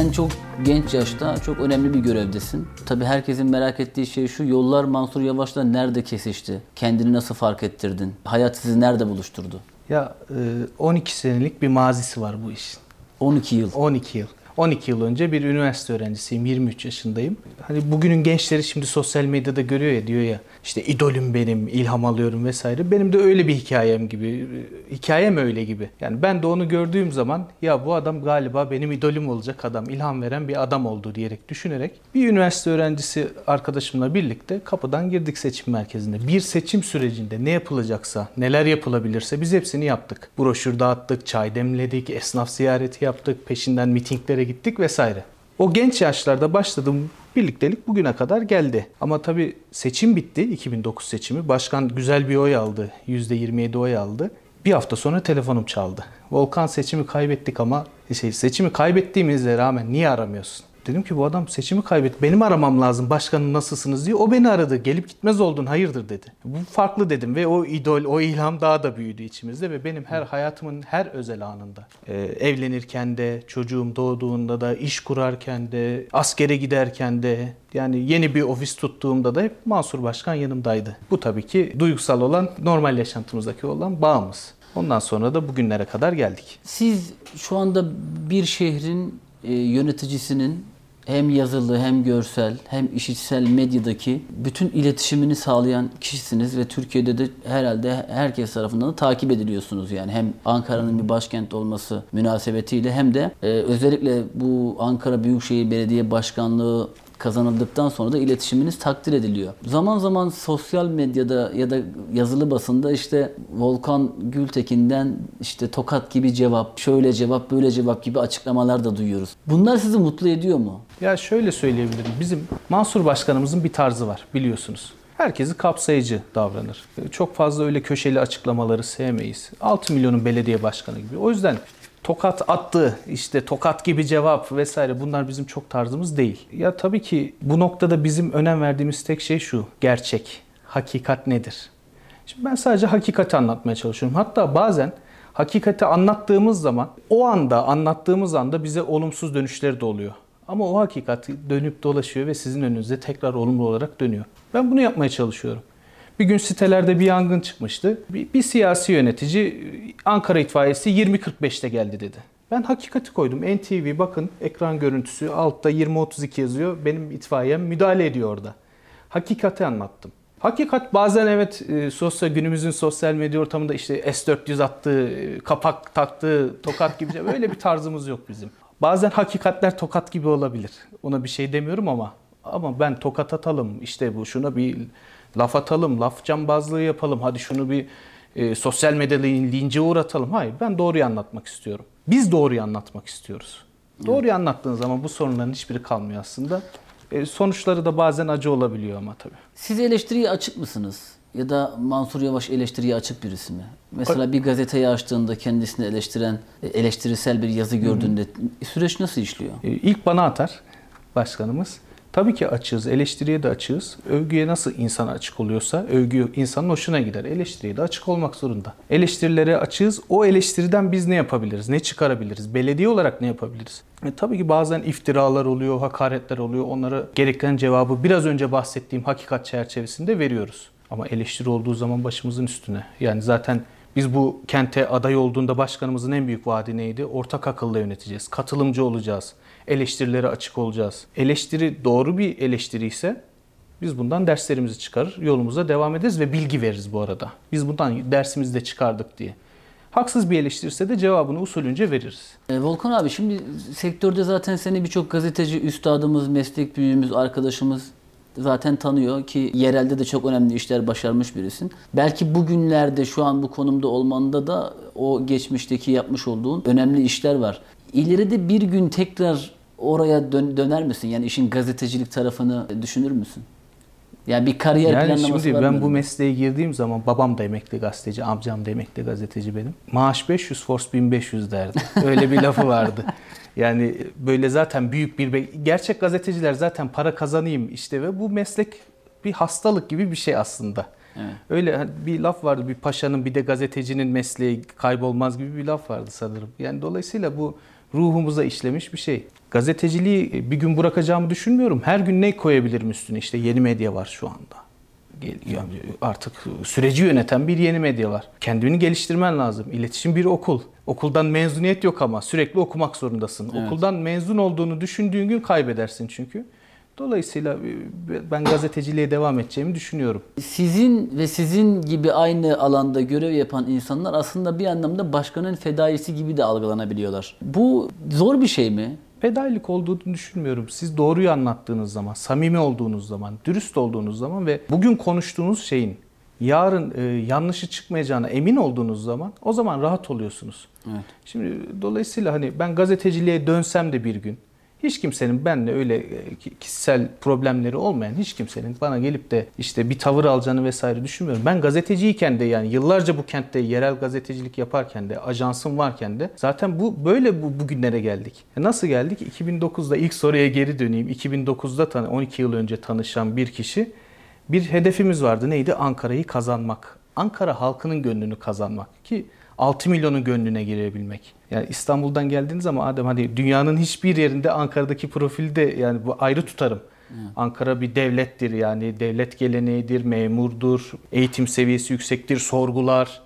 Sen çok genç yaşta çok önemli bir görevdesin. Tabii herkesin merak ettiği şey şu, yollar Mansur Yavaş'la nerede kesişti? Kendini nasıl fark ettirdin? Hayat sizi nerede buluşturdu? Ya 12 senelik bir mazisi var bu işin. 12 yıl. 12 yıl. 12 yıl önce bir üniversite öğrencisiyim, 23 yaşındayım. Hani bugünün gençleri şimdi sosyal medyada görüyor ya, diyor ya işte idolüm benim, ilham alıyorum vesaire. Benim de öyle bir hikayem gibi, hikayem öyle gibi. Yani ben de onu gördüğüm zaman ya bu adam galiba benim idolüm olacak adam, ilham veren bir adam oldu diyerek düşünerek bir üniversite öğrencisi arkadaşımla birlikte kapıdan girdik seçim merkezinde. Bir seçim sürecinde ne yapılacaksa, neler yapılabilirse biz hepsini yaptık. Broşür dağıttık, çay demledik, esnaf ziyareti yaptık, peşinden mitinglere gittik vesaire. O genç yaşlarda başladığım birliktelik bugüne kadar geldi. Ama tabii seçim bitti, 2009 seçimi. Başkan güzel bir oy aldı, %27 oy aldı. Bir hafta sonra telefonum çaldı. Volkan, seçimi kaybettik ama seçimi kaybettiğimizle rağmen niye aramıyorsun? Dedim ki bu adam seçimi kaybetti. Benim aramam lazım. Başkanım nasılsınız diye. O beni aradı. Gelip gitmez oldun. Hayırdır dedi. Bu farklı dedim ve o idol, o ilham daha da büyüdü içimizde ve benim hayatımın her özel anında. Evlenirken de, çocuğum doğduğunda da, iş kurarken de, askere giderken de, yani yeni bir ofis tuttuğumda da hep Mansur Başkan yanımdaydı. Bu tabii ki duygusal olan, normal yaşantımızdaki olan bağımız. Ondan sonra da bugünlere kadar geldik. Siz şu anda bir şehrin yöneticisinin hem yazılı hem görsel hem işitsel medyadaki bütün iletişimini sağlayan kişisiniz ve Türkiye'de de herhalde herkes tarafından da takip ediliyorsunuz. Yani hem Ankara'nın bir başkent olması münasebetiyle hem de özellikle bu Ankara Büyükşehir Belediye Başkanlığı kazanıldıktan sonra da iletişiminiz takdir ediliyor. Zaman zaman sosyal medyada ya da yazılı basında işte Volkan Gültekin'den işte tokat gibi cevap, şöyle cevap, böyle cevap gibi açıklamalar da duyuyoruz. Bunlar sizi mutlu ediyor mu? Ya şöyle söyleyebilirim. Bizim Mansur Başkanımızın bir tarzı var biliyorsunuz. Herkesi kapsayıcı davranır. Çok fazla öyle köşeli açıklamaları sevmeyiz. 6 milyonun belediye başkanı gibi. O yüzden tokat attı, işte tokat gibi cevap vesaire, bunlar bizim çok tarzımız değil. Ya tabii ki bu noktada bizim önem verdiğimiz tek şey şu: gerçek, hakikat nedir? Şimdi ben sadece hakikati anlatmaya çalışıyorum. Hatta bazen hakikati anlattığımız zaman, o anda anlattığımız anda bize olumsuz dönüşleri de oluyor. Ama o hakikat dönüp dolaşıyor ve sizin önünüze tekrar olumlu olarak dönüyor. Ben bunu yapmaya çalışıyorum. Bir gün sitelerde bir yangın çıkmıştı. Bir siyasi yönetici Ankara itfaiyesi 20.45'te geldi dedi. Ben hakikati koydum. NTV bakın, ekran görüntüsü, altta 20.32 yazıyor. Benim itfaiyem müdahale ediyor orada. Hakikati anlattım. Hakikat bazen evet günümüzün sosyal medya ortamında işte S400 attı, kapak taktı, tokat gibi öyle bir tarzımız yok bizim. Bazen hakikatler tokat gibi olabilir. Ona bir şey demiyorum ama ben tokat atalım, işte şuna bir laf atalım, laf cambazlığı yapalım, hadi şunu bir sosyal medyada lince uğratalım. Hayır, ben doğruyu anlatmak istiyorum. Biz doğruyu anlatmak istiyoruz. Doğruyu anlattığın zaman bu sorunların hiçbiri kalmıyor aslında. Sonuçları da bazen acı olabiliyor ama tabii. Siz eleştiriye açık mısınız? Ya da Mansur Yavaş eleştiriye açık birisi mi? Mesela bir gazeteyi açtığında kendisini eleştiren, eleştirisel bir yazı gördüğünde süreç nasıl işliyor? İlk bana atar başkanımız. Tabii ki açığız, eleştiriye de açığız. Övgüye nasıl insan açık oluyorsa, övgü insanın hoşuna gider. Eleştiriye de açık olmak zorunda. Eleştirilere açığız. O eleştiriden biz ne yapabiliriz, ne çıkarabiliriz? Belediye olarak ne yapabiliriz? Tabii ki bazen iftiralar oluyor, hakaretler oluyor. Onlara gereken cevabı biraz önce bahsettiğim hakikat çerçevesinde veriyoruz. Ama eleştiri olduğu zaman başımızın üstüne. Yani zaten biz bu kente aday olduğunda başkanımızın en büyük vaadi neydi? Ortak akılla yöneteceğiz, katılımcı olacağız, eleştirilere açık olacağız. Eleştiri doğru bir eleştiri ise biz bundan derslerimizi çıkarır, yolumuza devam ederiz ve bilgi veririz bu arada. Biz bundan dersimizi de çıkardık diye. Haksız bir eleştirirse de cevabını usulünce veririz. Volkan abi, şimdi sektörde zaten seni birçok gazeteci üstadımız, meslek büyüğümüz, arkadaşımız zaten tanıyor ki yerelde de çok önemli işler başarmış birisin. Belki bugünlerde şu an bu konumda olmanda da o geçmişteki yapmış olduğun önemli işler var. İleride bir gün tekrar oraya döner misin? Yani işin gazetecilik tarafını düşünür müsün? Yani bir kariyer planlaması var mı? Şimdi ben bu mesleğe girdiğim zaman babam da emekli gazeteci, amcam da emekli gazeteci benim. Maaş 500, force 1500 derdi. Öyle bir lafı vardı. Yani böyle zaten büyük bir... Gerçek gazeteciler zaten para kazanayım işte ve bu meslek bir hastalık gibi bir şey aslında. Evet. Öyle bir laf vardı, bir paşanın bir de gazetecinin mesleği kaybolmaz gibi bir laf vardı sanırım. Yani dolayısıyla bu ruhumuza işlemiş bir şey. Gazeteciliği bir gün bırakacağımı düşünmüyorum. Her gün ne koyabilirim üstüne? İşte yeni medya var şu anda. Yani artık süreci yöneten bir yeni medya var. Kendini geliştirmen lazım. İletişim bir okul. Okuldan mezuniyet yok ama sürekli okumak zorundasın. Evet. Okuldan mezun olduğunu düşündüğün gün kaybedersin çünkü. Dolayısıyla ben gazeteciliğe devam edeceğimi düşünüyorum. Sizin ve sizin gibi aynı alanda görev yapan insanlar aslında bir anlamda başkanın fedaisi gibi de algılanabiliyorlar. Bu zor bir şey mi? Fedailik olduğunu düşünmüyorum. Siz doğruyu anlattığınız zaman, samimi olduğunuz zaman, dürüst olduğunuz zaman ve bugün konuştuğunuz şeyin yarın yanlışı çıkmayacağına emin olduğunuz zaman o zaman rahat oluyorsunuz. Evet. Şimdi dolayısıyla hani ben gazeteciliğe dönsem de bir gün hiç kimsenin benimle öyle kişisel problemleri olmayan hiç kimsenin bana gelip de işte bir tavır alacağını vesaire düşünmüyorum. Ben gazeteciyken de yani yıllarca bu kentte yerel gazetecilik yaparken de ajansım varken de zaten bugünlere geldik. Nasıl geldik? 2009'da ilk soruya geri döneyim. 2009'da 12 yıl önce tanışan bir kişi bir hedefimiz vardı. Neydi? Ankara'yı kazanmak. Ankara halkının gönlünü kazanmak ki 6 milyonun gönlüne girebilmek. Yani İstanbul'dan geldiğiniz zaman Adem hani dünyanın hiçbir yerinde Ankara'daki profili de yani bu ayrı tutarım. Ankara bir devlettir yani devlet geleneğidir, memurdur, eğitim seviyesi yüksektir, sorgular.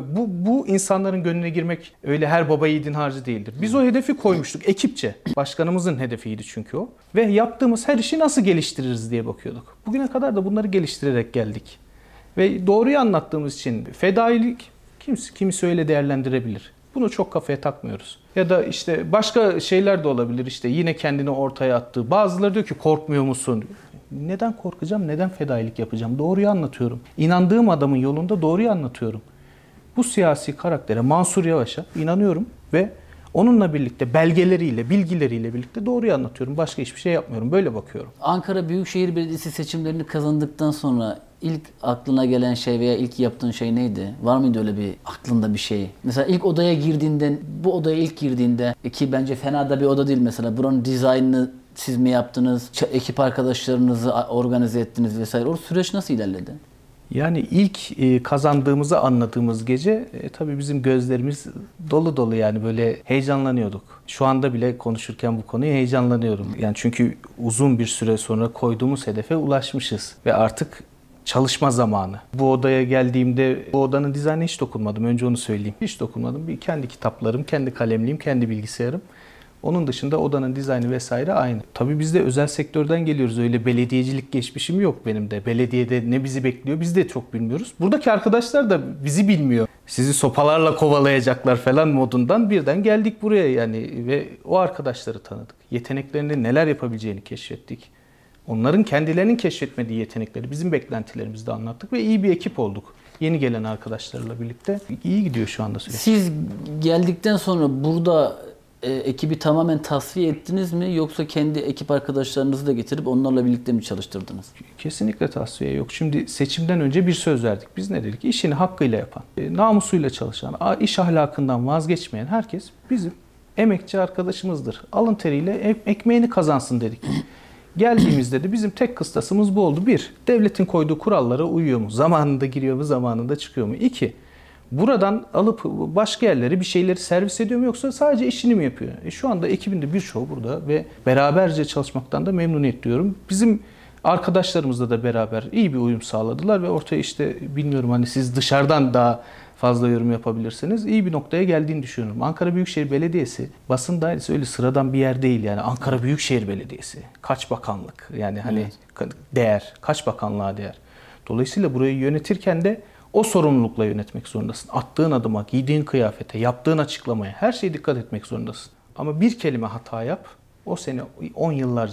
Bu insanların gönlüne girmek öyle her baba yiğidin harcı değildir. Biz o hedefi koymuştuk ekipçe. Başkanımızın hedefiydi çünkü o. Ve yaptığımız her işi nasıl geliştiririz diye bakıyorduk. Bugüne kadar da bunları geliştirerek geldik. Ve doğruyu anlattığımız için fedailik kimisi öyle değerlendirebilir. Bunu çok kafaya takmıyoruz. Ya da işte başka şeyler de olabilir. İşte yine kendini ortaya attı. Bazıları diyor ki korkmuyor musun? Neden korkacağım? Neden fedailik yapacağım? Doğruyu anlatıyorum. İnandığım adamın yolunda doğruyu anlatıyorum. Bu siyasi karaktere Mansur Yavaş'a inanıyorum ve onunla birlikte belgeleriyle, bilgileriyle birlikte doğruyu anlatıyorum. Başka hiçbir şey yapmıyorum. Böyle bakıyorum. Ankara Büyükşehir Belediyesi seçimlerini kazandıktan sonra ilk aklına gelen şey veya ilk yaptığın şey neydi? Var mıydı öyle bir aklında bir şey? Mesela ilk odaya girdiğinde, bu odaya ilk girdiğinde ki bence fena da bir oda değil mesela. Buranın dizaynını siz mi yaptınız? Ekip arkadaşlarınızı organize ettiniz vesaire. O süreç nasıl ilerledi? Yani ilk kazandığımızı anladığımız gece tabii bizim gözlerimiz dolu dolu yani böyle heyecanlanıyorduk. Şu anda bile konuşurken bu konuyu heyecanlanıyorum. Yani çünkü uzun bir süre sonra koyduğumuz hedefe ulaşmışız ve artık çalışma zamanı. Bu odaya geldiğimde bu odanın dizaynına hiç dokunmadım. Önce onu söyleyeyim. Hiç dokunmadım. Kendi kitaplarım, kendi kalemliğim, kendi bilgisayarım. Onun dışında odanın dizaynı vesaire aynı. Tabii biz de özel sektörden geliyoruz. Öyle belediyecilik geçmişim yok benim de. Belediyede ne bizi bekliyor biz de çok bilmiyoruz. Buradaki arkadaşlar da bizi bilmiyor. Sizi sopalarla kovalayacaklar falan modundan birden geldik buraya yani ve o arkadaşları tanıdık. Yeteneklerinde neler yapabileceğini keşfettik. Onların kendilerinin keşfetmediği yetenekleri bizim beklentilerimizde anlattık ve iyi bir ekip olduk. Yeni gelen arkadaşlarla birlikte iyi gidiyor şu anda süreç. Siz geldikten sonra burada ekibi tamamen tasfiye ettiniz mi yoksa kendi ekip arkadaşlarınızı da getirip onlarla birlikte mi çalıştırdınız? Kesinlikle tasfiye yok. Şimdi seçimden önce bir söz verdik. Biz ne dedik? İşini hakkıyla yapan, namusuyla çalışan, iş ahlakından vazgeçmeyen herkes bizim emekçi arkadaşımızdır. Alın teriyle ekmeğini kazansın dedik. Geldiğimizde de bizim tek kıstasımız bu oldu. 1. Devletin koyduğu kurallara uyuyor mu? Zamanında giriyor mu? Zamanında çıkıyor mu? 2. Buradan alıp başka yerlere bir şeyleri servis ediyor mu yoksa sadece işini mi yapıyor? Şu anda ekibinde birçoğu burada ve beraberce çalışmaktan da memnuniyet duyuyorum. Bizim arkadaşlarımızla da beraber iyi bir uyum sağladılar ve ortaya işte bilmiyorum hani siz dışarıdan daha fazla yorum yapabilirsiniz. İyi bir noktaya geldiğini düşünüyorum. Ankara Büyükşehir Belediyesi basın dairesi öyle sıradan bir yer değil yani. Ankara Büyükşehir Belediyesi kaç bakanlık yani hani değer kaç bakanlığa değer. Dolayısıyla burayı yönetirken de o sorumlulukla yönetmek zorundasın. Attığın adıma, giydiğin kıyafete, yaptığın açıklamaya her şeye dikkat etmek zorundasın. Ama bir kelime hata yap, o seni 10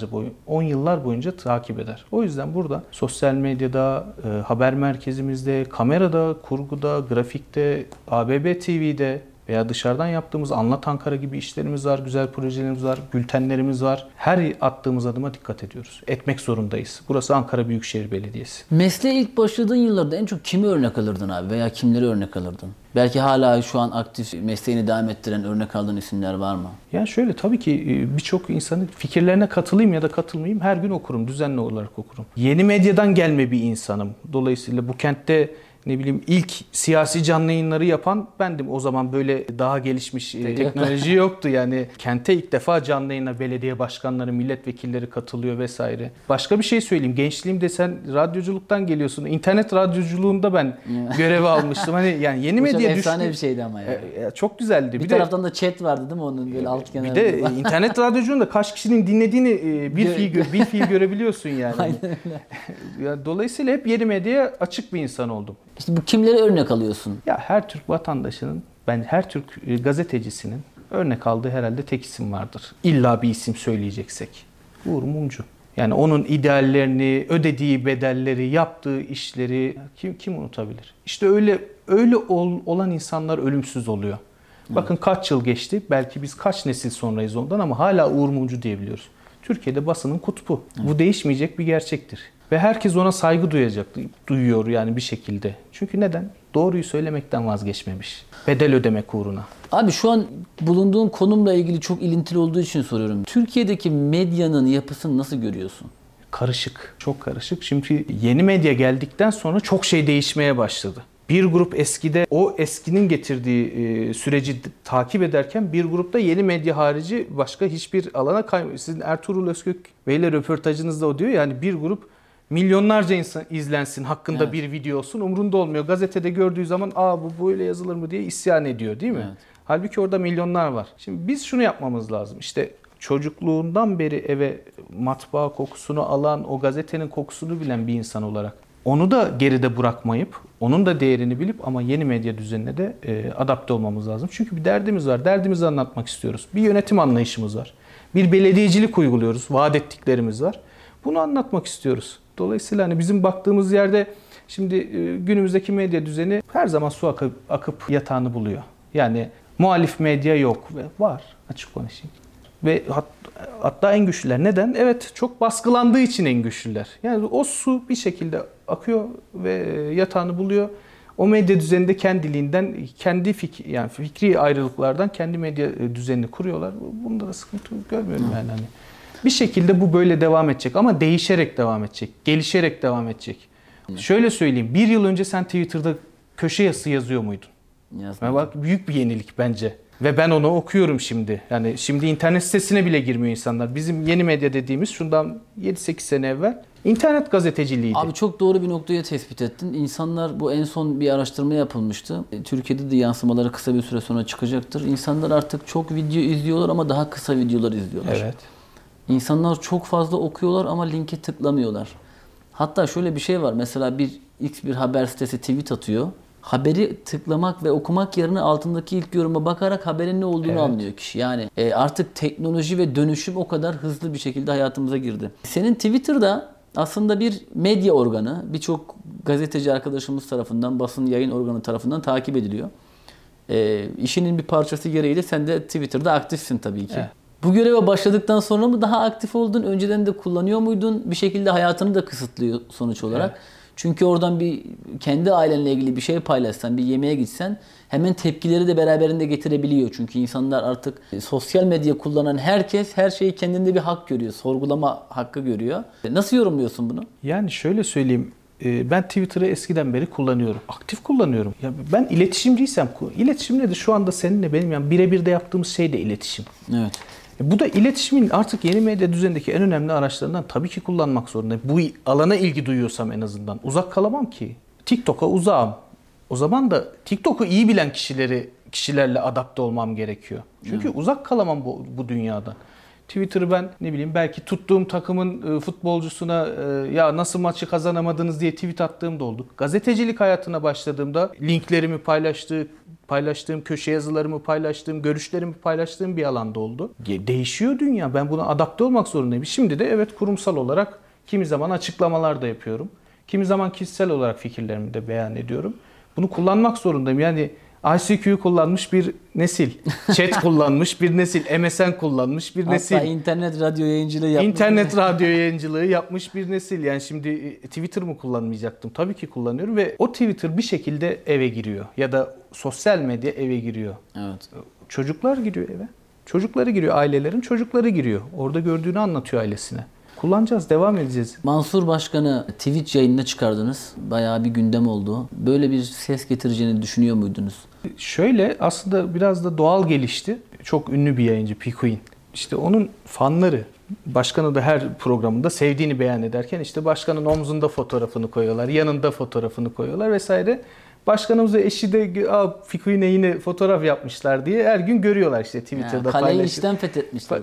yıllar boyunca takip eder. O yüzden burada sosyal medyada, haber merkezimizde, kamerada, kurguda, grafikte, ABB TV'de veya dışarıdan yaptığımız Anlat Ankara gibi işlerimiz var, güzel projelerimiz var, bültenlerimiz var. Her attığımız adıma dikkat ediyoruz. Etmek zorundayız. Burası Ankara Büyükşehir Belediyesi. Mesleğe ilk başladığın yıllarda en çok kimi örnek alırdın abi veya kimleri örnek alırdın? Belki hala şu an aktif mesleğini devam ettiren örnek aldığın isimler var mı? Yani şöyle tabii ki birçok insanın fikirlerine katılayım ya da katılmayayım her gün okurum, düzenli olarak okurum. Yeni medyadan gelme bir insanım. Dolayısıyla bu kentte ne bileyim ilk siyasi canlı yayınları yapan bendim. O zaman böyle daha gelişmiş teknoloji yoktu. Yani kente ilk defa canlı yayına belediye başkanları, milletvekilleri katılıyor vesaire. Başka bir şey söyleyeyim. Gençliğimde sen radyoculuktan geliyorsun. İnternet radyoculuğunda ben görev almıştım. Hani yani yeni medya düştü. Efsane bir şeydi ama yani. Çok güzeldi. Bir taraftan da chat vardı değil mi onun böyle alt kenarında? Bir de internet radyoculuğunda kaç kişinin dinlediğini bir fiil görebiliyorsun yani. Aynen öyle. Dolayısıyla hep yeni medyaya açık bir insan oldum. İşte bu kimlere örnek alıyorsun? Ya her Türk vatandaşının, ben her Türk gazetecisinin örnek aldığı herhalde tek isim vardır. İlla bir isim söyleyeceksek. Uğur Mumcu. Yani onun ideallerini, ödediği bedelleri, yaptığı işleri kim unutabilir? İşte öyle olan insanlar ölümsüz oluyor. Bakın kaç yıl geçti, belki biz kaç nesil sonrayız ondan ama hala Uğur Mumcu diyebiliyoruz. Türkiye'de basının kutbu. Bu değişmeyecek bir gerçektir. Ve herkes ona saygı duyuyor yani bir şekilde. Çünkü neden? Doğruyu söylemekten vazgeçmemiş. Bedel ödemek uğruna. Abi şu an bulunduğun konumla ilgili çok ilintili olduğu için soruyorum. Türkiye'deki medyanın yapısını nasıl görüyorsun? Karışık, çok karışık. Şimdi yeni medya geldikten sonra çok şey değişmeye başladı. Bir grup eskide o eskinin getirdiği süreci takip ederken bir grupta yeni medya harici başka hiçbir alana kaymıyor. Sizin Ertuğrul Özkök Bey'le röportajınızda o diyor yani bir grup milyonlarca insan izlensin hakkında evet. bir video olsun umrunda olmuyor. Gazetede gördüğü zaman bu böyle yazılır mı diye isyan ediyor değil mi? Evet. Halbuki orada milyonlar var. Şimdi biz şunu yapmamız lazım. İşte çocukluğundan beri eve matbaa kokusunu alan, o gazetenin kokusunu bilen bir insan olarak onu da geride bırakmayıp, onun da değerini bilip ama yeni medya düzenine de adapte olmamız lazım. Çünkü bir derdimiz var. Derdimizi anlatmak istiyoruz. Bir yönetim anlayışımız var. Bir belediyecilik uyguluyoruz. Vaat ettiklerimiz var. Bunu anlatmak istiyoruz. Dolayısıyla hani bizim baktığımız yerde şimdi günümüzdeki medya düzeni her zaman su akıp yatağını buluyor. Yani muhalif medya yok. Var. Açık konuşayım. Ve hatta en güçlüler. Neden? Evet çok baskılandığı için en güçlüler. Yani o su bir şekilde akıyor ve yatağını buluyor. O medya düzeninde kendiliğinden, kendi fikri ayrılıklardan kendi medya düzenini kuruyorlar. Bunda da sıkıntı görmüyorum yani. Hani bir şekilde bu böyle devam edecek ama değişerek devam edecek, gelişerek devam edecek. Şöyle söyleyeyim, bir yıl önce sen Twitter'da köşe yazısı yazıyor muydun? Yazmadım. Bak büyük bir yenilik bence. Ve ben onu okuyorum şimdi. Yani şimdi internet sitesine bile girmiyor insanlar. Bizim yeni medya dediğimiz şundan 7-8 sene evvel internet gazeteciliğiydi. Abi çok doğru bir noktaya tespit ettin. İnsanlar bu en son bir araştırma yapılmıştı. Türkiye'de de yansımaları kısa bir süre sonra çıkacaktır. İnsanlar artık çok video izliyorlar ama daha kısa videolar izliyorlar. Evet. İnsanlar çok fazla okuyorlar ama linke tıklamıyorlar. Hatta şöyle bir şey var. Mesela bir haber sitesi tweet atıyor. Haberi tıklamak ve okumak yerine altındaki ilk yoruma bakarak haberin ne olduğunu anlıyor kişi. Yani artık teknoloji ve dönüşüm o kadar hızlı bir şekilde hayatımıza girdi. Senin Twitter'da aslında bir medya organı, birçok gazeteci arkadaşımız tarafından, basın yayın organı tarafından takip ediliyor. İşinin bir parçası gereği de sen de Twitter'da aktifsin tabii ki. Evet. Bu göreve başladıktan sonra mı daha aktif oldun? Önceden de kullanıyor muydun? Bir şekilde hayatını da kısıtlıyor sonuç olarak. Evet. Çünkü oradan bir kendi ailenle ilgili bir şey paylaşsan, bir yemeğe gitsen hemen tepkileri de beraberinde getirebiliyor. Çünkü insanlar artık sosyal medya kullanan herkes her şeyi kendinde bir hak görüyor. Sorgulama hakkı görüyor. Nasıl yorumluyorsun bunu? Yani şöyle söyleyeyim. Ben Twitter'ı eskiden beri kullanıyorum. Aktif kullanıyorum. Ya ben iletişimciysem, iletişim nedir? Şu anda seninle benim yani birebir de yaptığımız şey de iletişim. Evet. Bu da iletişimin artık yeni medya düzenindeki en önemli araçlarından tabii ki kullanmak zorundayım. Bu alana ilgi duyuyorsam en azından. Uzak kalamam ki. TikTok'a uzağım. O zaman da TikTok'u iyi bilen kişilerle adapte olmam gerekiyor. Çünkü uzak kalamam bu dünyadan. Twitter'ı ben ne bileyim belki tuttuğum takımın futbolcusuna ya nasıl maçı kazanamadınız diye tweet attığım da oldu. Gazetecilik hayatına başladığımda linklerimi paylaştığım, köşe yazılarımı paylaştığım, görüşlerimi paylaştığım bir alanda oldu. Değişiyor dünya. Ben buna adapte olmak zorundayım. Şimdi de evet kurumsal olarak kimi zaman açıklamalar da yapıyorum. Kimi zaman kişisel olarak fikirlerimi de beyan ediyorum. Bunu kullanmak zorundayım. Yani ICQ'yu kullanmış bir nesil, chat kullanmış bir nesil, MSN kullanmış bir nesil. Hatta internet radyo yayıncılığı yapmış bir nesil. Yani şimdi Twitter mı kullanmayacaktım? Tabii ki kullanıyorum ve o Twitter bir şekilde eve giriyor. Ya da sosyal medya eve giriyor. Evet. Çocuklar giriyor eve. Çocukları giriyor, ailelerin çocukları giriyor. Orada gördüğünü anlatıyor ailesine. kullanacağız, devam edeceğiz. Mansur Başkan'ı Twitch yayınına çıkardınız. Bayağı bir gündem oldu. Böyle bir ses getireceğini düşünüyor muydunuz? Şöyle aslında biraz da doğal gelişti. Çok ünlü bir yayıncı Pikuin. İşte onun fanları başkanı da her programında sevdiğini beyan ederken işte başkanın omzunda fotoğrafını koyuyorlar, yanında fotoğrafını koyuyorlar vesaire. Başkanımız ve eşi de Pikuin'e yine fotoğraf yapmışlar diye her gün görüyorlar işte Twitter'da Kaleyi paylaşıyor. içten fethetmişler.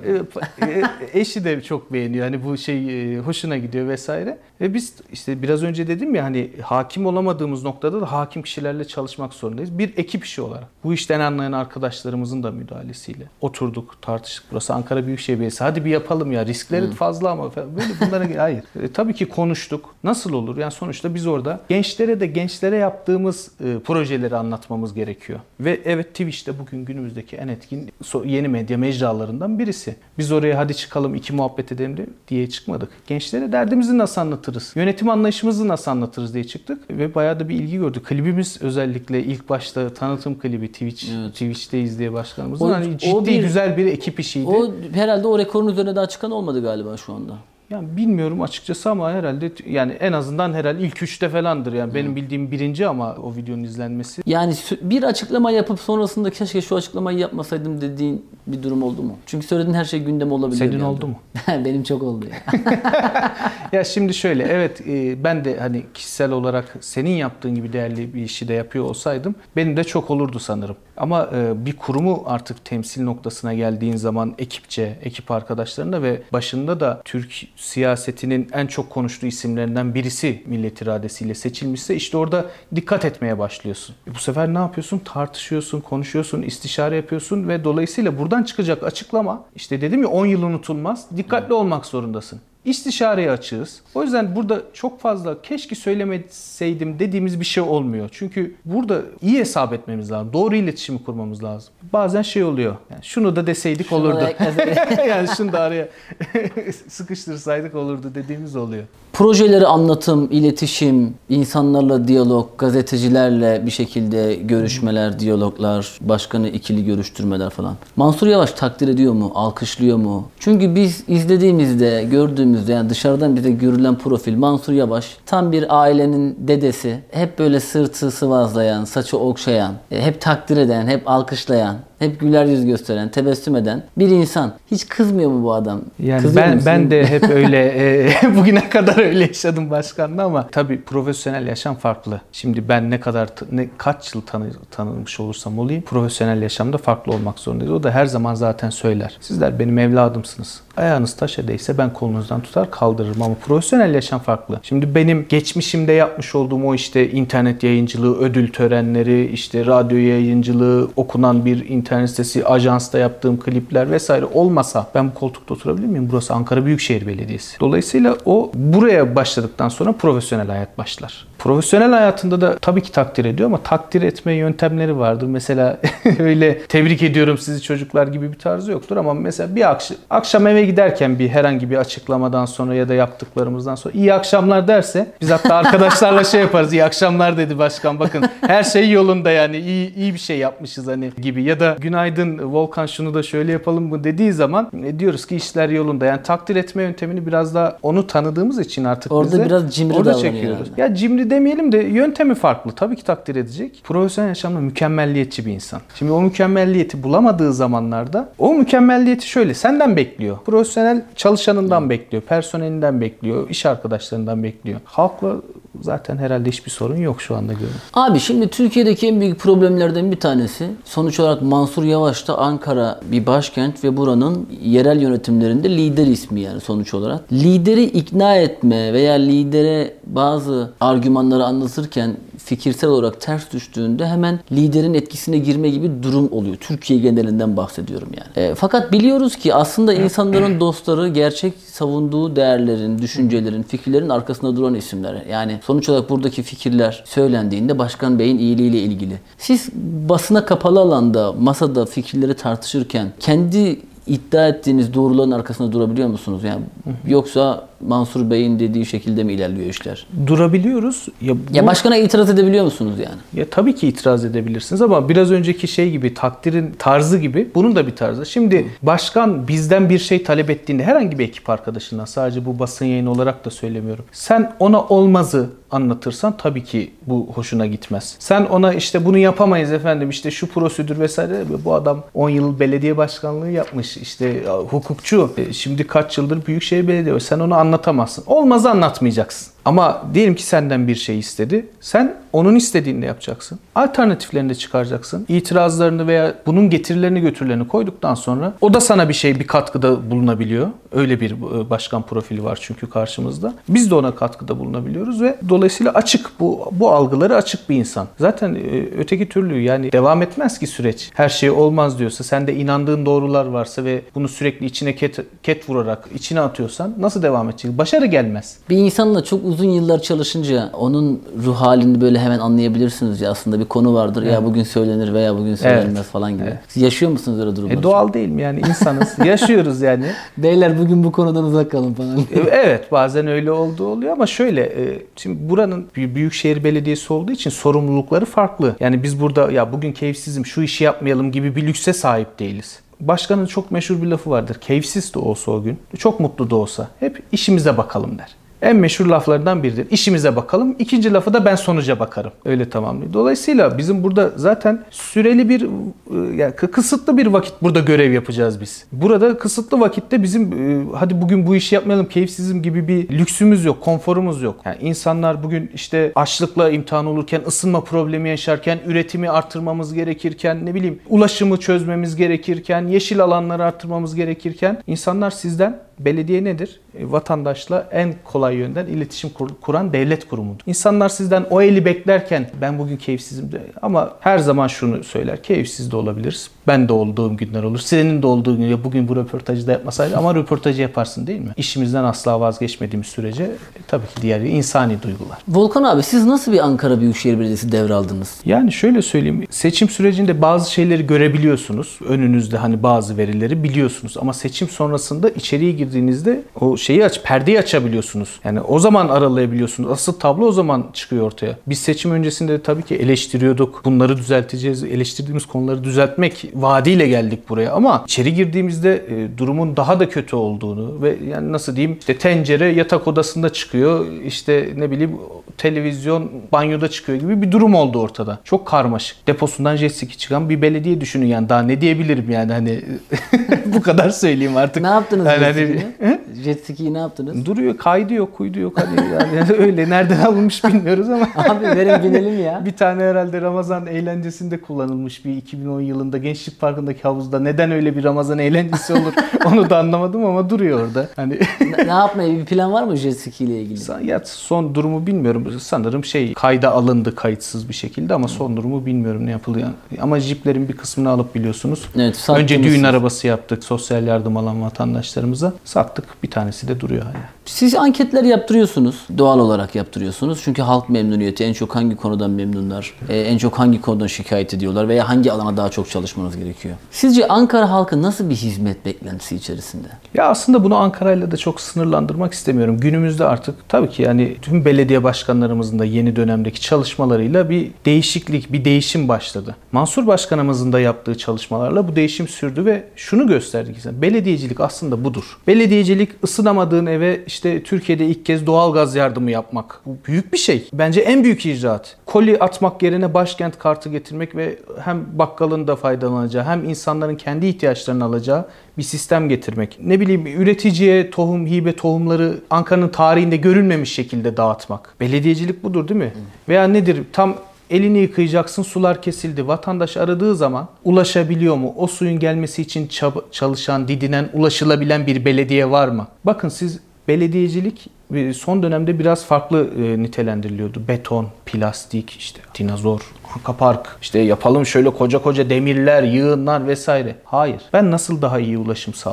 Eşi de çok beğeniyor. Hani bu şey hoşuna gidiyor vesaire. Ve biz işte biraz önce dedim ya hani hakim olamadığımız noktada da hakim kişilerle çalışmak zorundayız. Bir ekip işi olarak. Bu işten anlayan arkadaşlarımızın da müdahalesiyle oturduk, tartıştık. Burası Ankara Büyükşehir Belediyesi. Hadi bir yapalım ya. Riskleri fazla ama böyle bunlara hayır. Tabii ki konuştuk. Nasıl olur? Yani sonuçta biz orada gençlere yaptığımız projeleri anlatmamız gerekiyor. Ve evet Twitch'te bugün günümüzdeki en etkin yeni medya mecralarından birisi. Biz oraya hadi çıkalım iki muhabbet edelim diye çıkmadık. Gençlere derdimizi nasıl anlatırız? Yönetim anlayışımızı nasıl anlatırız diye çıktık. Ve bayağı da bir ilgi gördük. Klibimiz özellikle ilk başta tanıtım klibi Twitch'teyiz diye başkanımızın. Hani ciddi güzel bir ekip işiydi. O herhalde o rekorun üzerine daha çıkan olmadı galiba şu anda. Yani bilmiyorum açıkçası ama herhalde yani en azından herhalde ilk 3'te falandır. Yani benim bildiğim birinci ama o videonun izlenmesi. Yani bir açıklama yapıp sonrasında keşke şu açıklamayı yapmasaydım dediğin bir durum oldu mu? Çünkü söylediğin her şey gündem olabiliyor. Senin oldu mu? Benim çok oldu ya. Ya şimdi şöyle evet ben de hani kişisel olarak senin yaptığın gibi değerli bir işi de yapıyor olsaydım benim de çok olurdu sanırım. Ama bir kurumu artık temsil noktasına geldiğin zaman ekip arkadaşlarına ve başında da Türk siyasetinin en çok konuştuğu isimlerinden birisi millet iradesiyle seçilmişse işte orada dikkat etmeye başlıyorsun. Bu sefer ne yapıyorsun? Tartışıyorsun, konuşuyorsun, istişare yapıyorsun ve dolayısıyla buradan çıkacak açıklama işte dedim ya 10 yıl unutulmaz. Dikkatli olmak zorundasın. İstişareye açığız. O yüzden burada çok fazla keşke söylemeseydim dediğimiz bir şey olmuyor. Çünkü burada iyi hesap etmemiz lazım. Doğru iletişimi kurmamız lazım. Bazen şey oluyor. Yani şunu da deseydik şunu olurdu. Yani şunu da araya sıkıştırsaydık olurdu dediğimiz oluyor. Projeleri anlatım, iletişim, insanlarla diyalog, gazetecilerle bir şekilde görüşmeler, diyaloglar, başkanı ikili görüştürmeler falan. Mansur Yavaş takdir ediyor mu, alkışlıyor mu? Çünkü biz izlediğimizde, gördüğümüzde yani dışarıdan bize görülen profil Mansur Yavaş tam bir ailenin dedesi. Hep böyle sırtı sıvazlayan, saçı okşayan, hep takdir eden, hep alkışlayan, hep güler yüz gösteren, tebessüm eden bir insan. Hiç kızmıyor mu bu adam? Yani ben de hep öyle bugüne kadar öyle yaşadım başkanla ama tabii profesyonel yaşam farklı. Şimdi ben kaç yıl tanınmış olursam olayım profesyonel yaşamda farklı olmak zorundayız. O da her zaman zaten söyler. Sizler benim evladımsınız. Ayağınız taşa değse ben kolunuzdan tutar kaldırırım ama profesyonel yaşam farklı. Şimdi benim geçmişimde yapmış olduğum o işte internet yayıncılığı, ödül törenleri, işte radyo yayıncılığı, okunan bir internet sitesi, ajansta yaptığım klipler vesaire olmasa ben bu koltukta oturabilir miyim? Burası Ankara Büyükşehir Belediyesi. Dolayısıyla o buraya başladıktan sonra profesyonel hayat başlar. Profesyonel hayatında da tabii ki takdir ediyor ama takdir etme yöntemleri vardır. Mesela öyle tebrik ediyorum sizi çocuklar gibi bir tarzı yoktur ama mesela bir akşam eve giderken herhangi bir açıklamadan sonra ya da yaptıklarımızdan sonra iyi akşamlar derse biz hatta arkadaşlarla şey yaparız. İyi akşamlar dedi başkan bakın her şey yolunda yani iyi bir şey yapmışız hani gibi ya da günaydın Volkan şunu da şöyle yapalım mı dediği zaman diyoruz ki işler yolunda. Yani takdir etme yöntemini biraz da onu tanıdığımız için artık orada bize biraz cimri orada davranıyor çekiyoruz. herhalde. Ya cimri demeyelim de yöntemi farklı. Tabii ki takdir edecek. Profesyonel yaşamda mükemmelliyetçi bir insan. Şimdi o mükemmelliyeti bulamadığı zamanlarda o mükemmelliyeti şöyle senden bekliyor. Profesyonel çalışanından bekliyor. Personelinden bekliyor. İş arkadaşlarından bekliyor. Halkla zaten herhalde hiçbir sorun yok şu anda görüyorum. Abi şimdi Türkiye'deki en büyük problemlerden bir tanesi sonuç olarak Mansur Yavaş da Ankara bir başkent ve buranın yerel yönetimlerinde lider ismi yani sonuç olarak. Lideri ikna etme veya lidere bazı argümanları anlatırken fikirsel olarak ters düştüğünde hemen liderin etkisine girme gibi durum oluyor. Türkiye genelinden bahsediyorum yani. Fakat biliyoruz ki aslında insanların dostları gerçek savunduğu değerlerin, düşüncelerin, fikirlerin arkasında duran isimler. Yani sonuç olarak buradaki fikirler söylendiğinde Başkan Bey'in iyiliğiyle ilgili. Siz basına kapalı alanda, masada fikirleri tartışırken kendi iddia ettiğiniz doğruların arkasında durabiliyor musunuz? Yani yoksa Mansur Bey'in dediği şekilde mi ilerliyor işler? Durabiliyoruz. Ya başkana itiraz edebiliyor musunuz yani? Ya tabii ki itiraz edebilirsiniz ama biraz önceki şey gibi, takdirin tarzı gibi bunun da bir tarzı. Şimdi başkan bizden bir şey talep ettiğinde, herhangi bir ekip arkadaşından, sadece bu basın yayını olarak da söylemiyorum. Sen ona olmazı anlatırsan tabii ki bu hoşuna gitmez. Sen ona işte bunu yapamayız efendim, işte şu prosedür vesaire, bu adam 10 yıl belediye başkanlığı yapmış, işte hukukçu, şimdi kaç yıldır Büyükşehir Belediye, sen onu anlatamazsın. Olmazı anlatmayacaksın. Ama diyelim ki senden bir şey istedi. Sen onun istediğini de yapacaksın. Alternatiflerini de çıkaracaksın. İtirazlarını veya bunun getirilerini götürülerini koyduktan sonra o da sana bir katkıda bulunabiliyor. Öyle bir başkan profili var çünkü karşımızda. Biz de ona katkıda bulunabiliyoruz ve dolayısıyla açık, bu algıları açık bir insan. Zaten öteki türlü yani devam etmez ki süreç. Her şey olmaz diyorsa, sende inandığın doğrular varsa ve bunu sürekli içine ket vurarak içine atıyorsan nasıl devam edecek? Başarı gelmez. Bir insanla çok uzun yıllar çalışınca onun ruh halini böyle hemen anlayabilirsiniz ya, aslında bir konu vardır ya bugün söylenir veya bugün söylenmez falan gibi. Siz yaşıyor musunuz öyle durumları? Doğal değil mi yani, insanız, yaşıyoruz yani. Beyler bugün bu konudan uzak kalın falan. Evet, bazen öyle olduğu oluyor ama şöyle, şimdi buranın bir büyükşehir belediyesi olduğu için sorumlulukları farklı. Yani biz burada ya bugün keyifsizim şu işi yapmayalım gibi bir lükse sahip değiliz. Başkanın çok meşhur bir lafı vardır. Keyifsiz de olsa o gün, çok mutlu da olsa hep işimize bakalım der. En meşhur laflardan biridir. İşimize bakalım. İkinci lafı da ben sonuca bakarım. Öyle tamamlıyor. Dolayısıyla bizim burada zaten süreli bir, yani kısıtlı bir vakit burada görev yapacağız biz. Burada kısıtlı vakitte bizim hadi bugün bu işi yapmayalım, keyifsizim gibi bir lüksümüz yok, konforumuz yok. Yani insanlar bugün işte açlıkla imtihan olurken, ısınma problemi yaşarken, üretimi artırmamız gerekirken, ne bileyim ulaşımı çözmemiz gerekirken, yeşil alanları artırmamız gerekirken insanlar sizden, belediye nedir? Vatandaşla en kolay yönden iletişim kuran devlet kurumudur. İnsanlar sizden o eli beklerken ben bugün keyifsizim de, ama her zaman şunu söyler: keyifsiz de olabiliriz. Ben de olduğum günler olur. Senin de olduğu gün, ya bugün bu röportajı da yapmasaydı ama röportajı yaparsın değil mi? İşimizden asla vazgeçmediğimiz sürece tabii ki diğer insani duygular. Volkan abi, siz nasıl bir Ankara Büyükşehir Belediyesi devraldınız? Yani şöyle söyleyeyim. Seçim sürecinde bazı şeyleri görebiliyorsunuz. Önünüzde hani bazı verileri biliyorsunuz ama seçim sonrasında içeriye girdiğinizde o perdeyi açabiliyorsunuz. Yani o zaman aralayabiliyorsunuz. Asıl tablo o zaman çıkıyor ortaya. Biz seçim öncesinde de tabii ki eleştiriyorduk. Bunları düzelteceğiz. Eleştirdiğimiz konuları düzeltmek vaadiyle geldik buraya ama içeri girdiğimizde durumun daha da kötü olduğunu ve yani nasıl diyeyim, işte tencere yatak odasında çıkıyor, işte ne bileyim televizyon banyoda çıkıyor gibi bir durum oldu ortada. Çok karmaşık. Deposundan jet ski çıkan bir belediye düşünün yani, daha ne diyebilirim yani, hani bu kadar söyleyeyim artık. Ne yaptınız yani jet ski'yi? Jet ski'yi ne yaptınız? Duruyor, kaydı yok, kuydu yok, hani yani öyle nereden alınmış bilmiyoruz ama. Abi verin binelim ya. Bir tane herhalde Ramazan eğlencesinde kullanılmış, bir 2010 yılında Gençlik Parkı'ndaki havuzda. Neden öyle bir Ramazan eğlencesi olur onu da anlamadım ama duruyor orada. Hani ne yapmaya bir plan var mı jet ski ile ilgili? Ya son durumu bilmiyorum. Sanırım kayda alındı kayıtsız bir şekilde ama son durumu bilmiyorum ne yapılıyor. Ama jiplerin bir kısmını alıp biliyorsunuz. Evet, önce düğün arabası yaptık sosyal yardım alan vatandaşlarımıza. Sattık. Bir tanesi de duruyor hala. Siz anketler yaptırıyorsunuz. Doğal olarak yaptırıyorsunuz. Çünkü halk memnuniyeti, en çok hangi konudan memnunlar, en çok hangi konudan şikayet ediyorlar veya hangi alana daha çok çalışmanız gerekiyor? Sizce Ankara halkı nasıl bir hizmet beklentisi içerisinde? Ya aslında bunu Ankara'yla da çok sınırlandırmak istemiyorum. Günümüzde artık tabii ki yani tüm belediye başkanlarımızın da yeni dönemdeki çalışmalarıyla bir değişiklik, bir değişim başladı. Mansur Başkanımızın da yaptığı çalışmalarla bu değişim sürdü ve şunu gösterdi ki belediyecilik aslında budur. Belediyecilik ısınamadığın eve işte Türkiye'de ilk kez doğalgaz yardımı yapmak. Bu büyük bir şey. Bence en büyük icraat. Koli atmak yerine başkent kartı getirmek ve hem bakkalın da faydalanacağı hem insanların kendi ihtiyaçlarını alacağı bir sistem getirmek. Ne bileyim, üreticiye tohum, hibe tohumları Ankara'nın tarihinde görülmemiş şekilde dağıtmak. Belediyecilik budur değil mi? Veya nedir? Tam elini yıkayacaksın, sular kesildi. Vatandaş aradığı zaman ulaşabiliyor mu? O suyun gelmesi için çalışan, didinen, ulaşılabilen bir belediye var mı? Bakın siz, belediyecilik son dönemde biraz farklı nitelendiriliyordu. Beton, plastik, işte dinozor, Anka Park, işte yapalım şöyle koca koca demirler, yığınlar vesaire. Hayır. Ben nasıl daha iyi ulaşım sağlarım?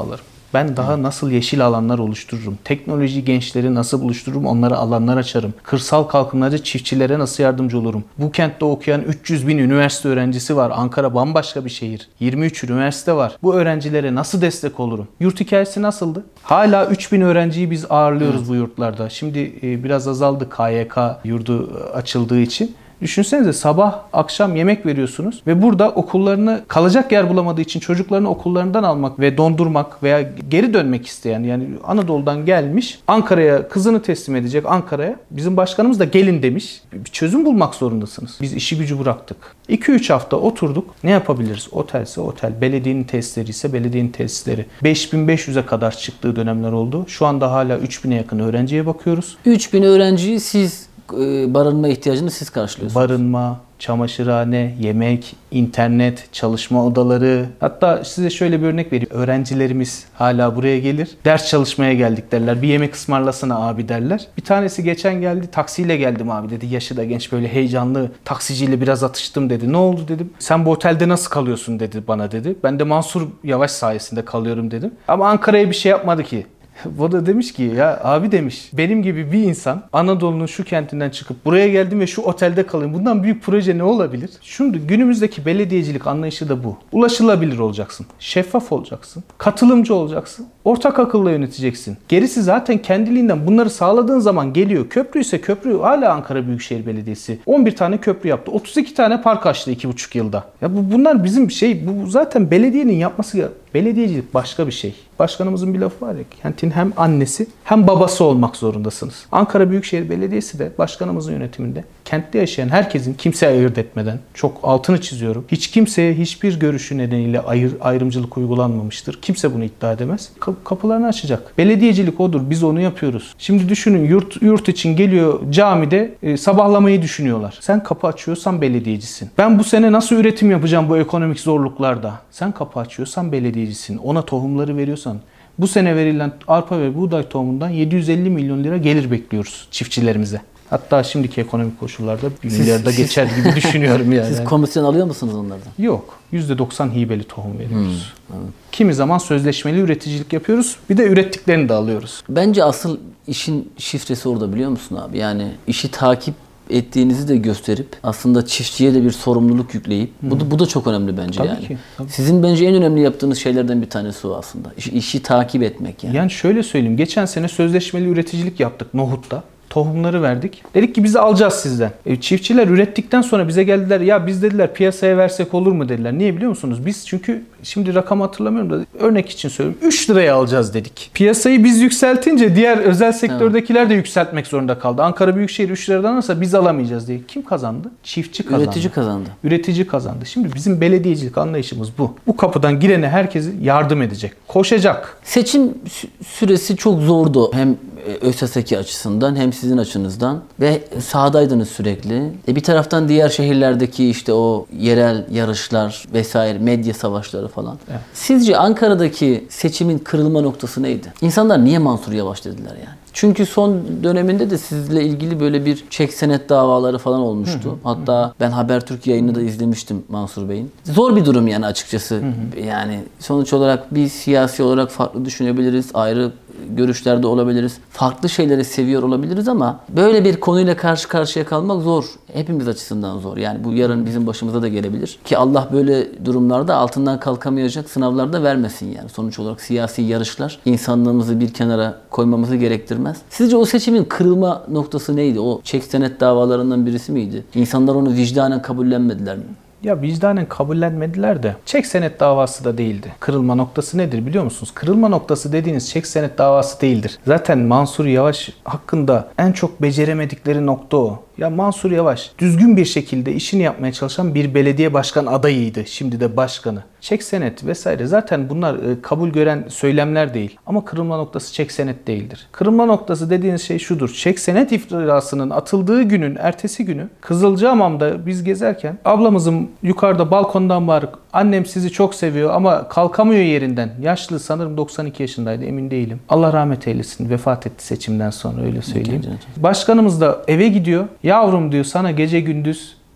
Ben daha nasıl yeşil alanlar oluştururum? Teknoloji gençleri nasıl buluştururum? Onlara alanlar açarım. Kırsal kalkınmacı çiftçilere nasıl yardımcı olurum? Bu kentte okuyan 300 bin üniversite öğrencisi var. Ankara bambaşka bir şehir. 23 üniversite var. Bu öğrencilere nasıl destek olurum? Yurt hikayesi nasıldı? Hala 3000 öğrenciyi biz ağırlıyoruz bu yurtlarda. Şimdi biraz azaldı KYK yurdu açıldığı için. Düşünsenize sabah akşam yemek veriyorsunuz ve burada okullarını kalacak yer bulamadığı için çocuklarını okullarından almak ve dondurmak veya geri dönmek isteyen, yani Anadolu'dan gelmiş Ankara'ya kızını teslim edecek, Ankara'ya bizim başkanımız da gelin demiş. Bir çözüm bulmak zorundasınız. Biz işi gücü bıraktık. 2-3 hafta oturduk. Ne yapabiliriz? Otelse otel, belediyenin tesisleri ise belediyenin tesisleri. 5500'e kadar çıktığı dönemler oldu. Şu anda hala 3000'e yakın öğrenciye bakıyoruz. 3000 öğrenciyi siz barınma ihtiyacını siz karşılıyorsunuz. Barınma, çamaşırhane, yemek, internet, çalışma odaları. Hatta size şöyle bir örnek vereyim. Öğrencilerimiz hala buraya gelir. Ders çalışmaya geldik derler. Bir yemek ısmarlasana abi derler. Bir tanesi geçen geldi. Taksiyle geldim abi dedi. Yaşı da genç, böyle heyecanlı. Taksiciyle biraz atıştım dedi. Ne oldu dedim. Sen bu otelde nasıl kalıyorsun dedi bana dedi. Ben de Mansur Yavaş sayesinde kalıyorum dedim. Ama Ankara'ya bir şey yapmadı ki. O da demiş ki ya abi demiş, benim gibi bir insan Anadolu'nun şu kentinden çıkıp buraya geldim ve şu otelde kalayım. Bundan büyük proje ne olabilir? Şimdi günümüzdeki belediyecilik anlayışı da bu. Ulaşılabilir olacaksın. Şeffaf olacaksın. Katılımcı olacaksın. Ortak akılla yöneteceksin. Gerisi zaten kendiliğinden bunları sağladığın zaman geliyor. Köprü ise köprü, hala Ankara Büyükşehir Belediyesi 11 tane köprü yaptı. 32 tane park açtı 2,5 yılda. Ya bunlar bizim bu zaten belediyenin yapması gerekiyor. Belediyecilik başka bir şey. Başkanımızın bir lafı var ya, kentin hem annesi hem babası olmak zorundasınız. Ankara Büyükşehir Belediyesi de başkanımızın yönetiminde kentte yaşayan herkesin, kimseye ayırt etmeden, çok altını çiziyorum, hiç kimseye hiçbir görüşü nedeniyle ayrımcılık uygulanmamıştır. Kimse bunu iddia edemez. Kapılarını açacak. Belediyecilik odur. Biz onu yapıyoruz. Şimdi düşünün, yurt için geliyor camide sabahlamayı düşünüyorlar. Sen kapı açıyorsan belediyecisin. Ben bu sene nasıl üretim yapacağım bu ekonomik zorluklarda? Sen kapı açıyorsan belediyecisin. Ona tohumları veriyorsan. Bu sene verilen arpa ve buğday tohumundan 750 milyon lira gelir bekliyoruz çiftçilerimize. Hatta şimdiki ekonomik koşullarda 1 milyarda geçer gibi düşünüyorum yani. Siz komisyon alıyor musunuz onlardan? Yok. %90 hibeli tohum veriyoruz. Kimi zaman sözleşmeli üreticilik yapıyoruz. Bir de ürettiklerini de alıyoruz. Bence asıl işin şifresi orada, biliyor musun abi? Yani işi takip ettiğinizi de gösterip aslında çiftçiye de bir sorumluluk yükleyip bu da çok önemli bence. Tabii yani. ki, tabii. Sizin bence en önemli yaptığınız şeylerden bir tanesi o aslında. İşi takip etmek yani. Yani şöyle söyleyeyim. Geçen sene sözleşmeli üreticilik yaptık nohutta. Tohumları verdik. Dedik ki bizi alacağız sizden. Çiftçiler ürettikten sonra bize geldiler. Ya biz dediler piyasaya versek olur mu dediler. Niye biliyor musunuz? Biz çünkü şimdi rakamı hatırlamıyorum da örnek için söylüyorum. 3 liraya alacağız dedik. Piyasayı biz yükseltince diğer özel sektördekiler de yükseltmek zorunda kaldı. Ankara Büyükşehir 3 liradan alırsa biz alamayacağız diye. Kim kazandı? Çiftçi kazandı. Üretici kazandı. Üretici kazandı. Şimdi bizim belediyecilik anlayışımız bu. Bu kapıdan girene herkese yardım edecek. Koşacak. Seçim süresi çok zordu. Hem ÖSSK açısından hem sizin açınızdan ve sahadaydınız sürekli. Bir taraftan diğer şehirlerdeki işte o yerel yarışlar vesaire, medya savaşları falan. Evet. Sizce Ankara'daki seçimin kırılma noktası neydi? İnsanlar niye Mansur Yavaş dediler yani? Çünkü son döneminde de sizle ilgili böyle bir çek senet davaları falan olmuştu. Hatta ben Habertürk yayını da izlemiştim Mansur Bey'in. Zor bir durum yani açıkçası. Yani sonuç olarak biz siyasi olarak farklı düşünebiliriz, ayrı görüşlerde olabiliriz, farklı şeyleri seviyor olabiliriz ama böyle bir konuyla karşı karşıya kalmak zor. Hepimiz açısından zor. Yani bu yarın bizim başımıza da gelebilir. Ki Allah böyle durumlarda altından kalkamayacak sınavlarda vermesin yani. Sonuç olarak siyasi yarışlar insanlığımızı bir kenara koymamızı gerektirmez. Sizce o seçimin kırılma noktası neydi? O çek senet davalarından birisi miydi? İnsanlar onu vicdanen kabullenmediler mi? Ya vicdanen kabullenmediler de çek senet davası da değildi. Kırılma noktası nedir biliyor musunuz? Kırılma noktası dediğiniz çek senet davası değildir. Zaten Mansur Yavaş hakkında en çok beceremedikleri nokta o. Ya Mansur Yavaş düzgün bir şekilde işini yapmaya çalışan bir belediye başkan adayıydı. Şimdi de başkanı. Çek senet vesaire zaten bunlar kabul gören söylemler değil. Ama kırılma noktası çek senet değildir. Kırılma noktası dediğiniz şey şudur. Çek senet iftirasının atıldığı günün ertesi günü Kızılcahamam'da biz gezerken ablamızın yukarıda balkondan bağırıp annem sizi çok seviyor ama kalkamıyor yerinden. Yaşlı, sanırım 92 yaşındaydı, emin değilim. Allah rahmet eylesin. Vefat etti seçimden sonra, öyle söyleyeyim. Başkanımız da eve gidiyor. Yavrum diyor, sana gece gündüz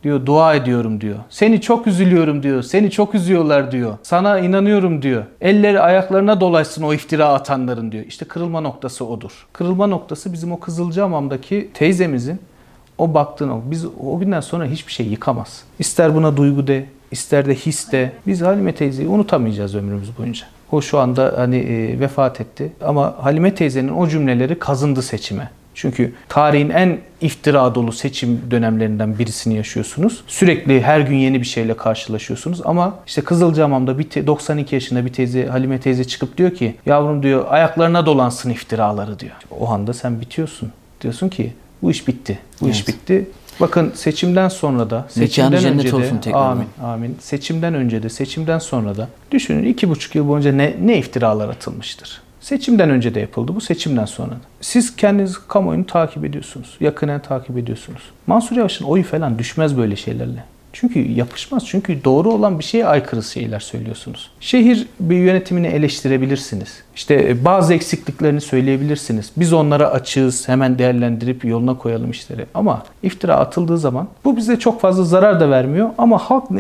diyor dua ediyorum diyor. Seni çok üzülüyorum diyor. Seni çok üzüyorlar diyor. Sana inanıyorum diyor. Elleri ayaklarına dolaşsın o iftira atanların diyor. İşte kırılma noktası odur. Kırılma noktası bizim o Kızılcahamam'daki teyzemizin o baktığın biz o günden sonra hiçbir şey yıkamaz. İster buna duygu de, ister de his de. Biz Halime teyzeyi unutamayacağız ömrümüz boyunca. O şu anda vefat etti. Ama Halime teyzenin o cümleleri kazındı seçime. Çünkü tarihin en iftira dolu seçim dönemlerinden birisini yaşıyorsunuz. Sürekli her gün yeni bir şeyle karşılaşıyorsunuz. Ama işte Kızılcahamam'da 92 yaşında bir teyze, Halime teyze çıkıp diyor ki yavrum diyor ayaklarına dolansın iftiraları diyor. O anda sen bitiyorsun. Diyorsun ki bu iş bitti. Bu iş bitti. Bakın seçimden sonra da, seçimden önce de, amin. Seçimden önce de, seçimden sonra da düşünün 2,5 yıl boyunca ne iftiralar atılmıştır. Seçimden önce de yapıldı bu, seçimden sonra da. Siz kendiniz kamuoyunu takip ediyorsunuz, yakinen takip ediyorsunuz. Mansur Yavaş'ın oyu falan düşmez böyle şeylerle. Çünkü yapışmaz. Çünkü doğru olan bir şeye aykırı şeyler söylüyorsunuz. Şehir bir yönetimini eleştirebilirsiniz. İşte bazı eksikliklerini söyleyebilirsiniz. Biz onlara açığız. Hemen değerlendirip yoluna koyalım işleri. Ama iftira atıldığı zaman bu bize çok fazla zarar da vermiyor. Ama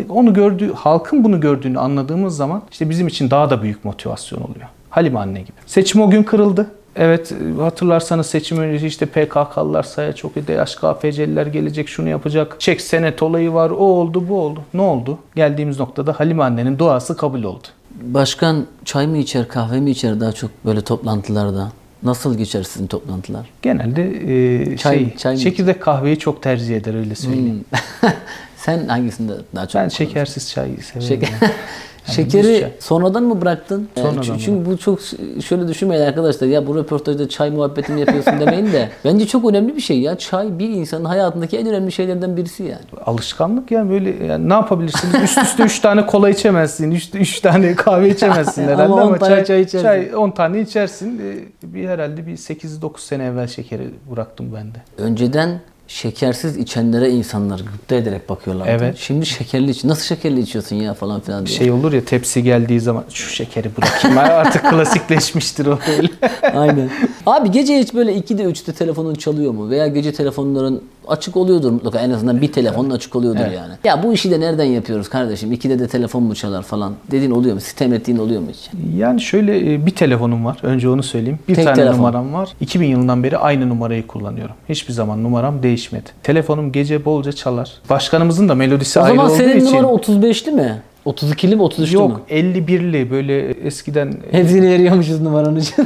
halkın bunu gördüğünü anladığımız zaman işte bizim için daha da büyük motivasyon oluyor. Halime anne gibi. Seçim o gün kırıldı. Evet hatırlarsanız seçim öncesi işte PKK'lılar saya çok DHKPC'liler gelecek şunu yapacak. Çek senet olayı var o oldu bu oldu. Ne oldu? Geldiğimiz noktada Halime annenin duası kabul oldu. Başkan çay mı içer kahve mi içer daha çok böyle toplantılarda? Nasıl geçer sizin toplantılar? Genelde çay çekirdek kahveyi çok tercih eder öyle söyleyeyim. Sen hangisinde daha çok? Ben şekersiz çay severim. Şekeri sonradan mı bıraktın? Sonradan çünkü bu çok şöyle düşünmeyin arkadaşlar. Ya bu röportajda çay muhabbetini yapıyorsun demeyin de. Bence çok önemli bir şey ya. Çay bir insanın hayatındaki en önemli şeylerden birisi yani. Alışkanlık yani böyle yani ne yapabilirsiniz? Üst üste 3 tane kola içemezsin. 3 tane kahve içemezsin herhalde ama 10 tane çay içersin. Çay 10 tane içersin. Herhalde bir 8-9 sene evvel şekeri bıraktım ben de. Önceden şekersiz içenlere insanlar gıpta ederek bakıyorlardı. Evet. Şimdi şekerli nasıl şekerli içiyorsun ya falan filan diye. Şey olur ya tepsi geldiği zaman şu şekeri bırakayım. Artık klasikleşmiştir o böyle. Aynen. Abi gece hiç böyle 2'de 3'te telefonun çalıyor mu? Veya gece telefonların açık oluyordur mutlaka. En azından bir telefonun açık oluyordur yani. Ya bu işi de nereden yapıyoruz kardeşim? 2'de de telefon mu çalar falan dediğin oluyor mu? Sitem ettiğin oluyor mu hiç? Yani şöyle bir telefonum var. Önce onu söyleyeyim. Bir Tek tane telefon. numaram var. 2000 yılından beri aynı numarayı kullanıyorum. Hiçbir zaman numaram değişmedi. Telefonum gece bolca çalar. Başkanımızın da melodisi ayrı olduğu için. O zaman senin numara 35'li mi? 32'li mi 33'lü mü? Yok 51'li böyle eskiden. Hepsini veriyormuşuz numaranın için.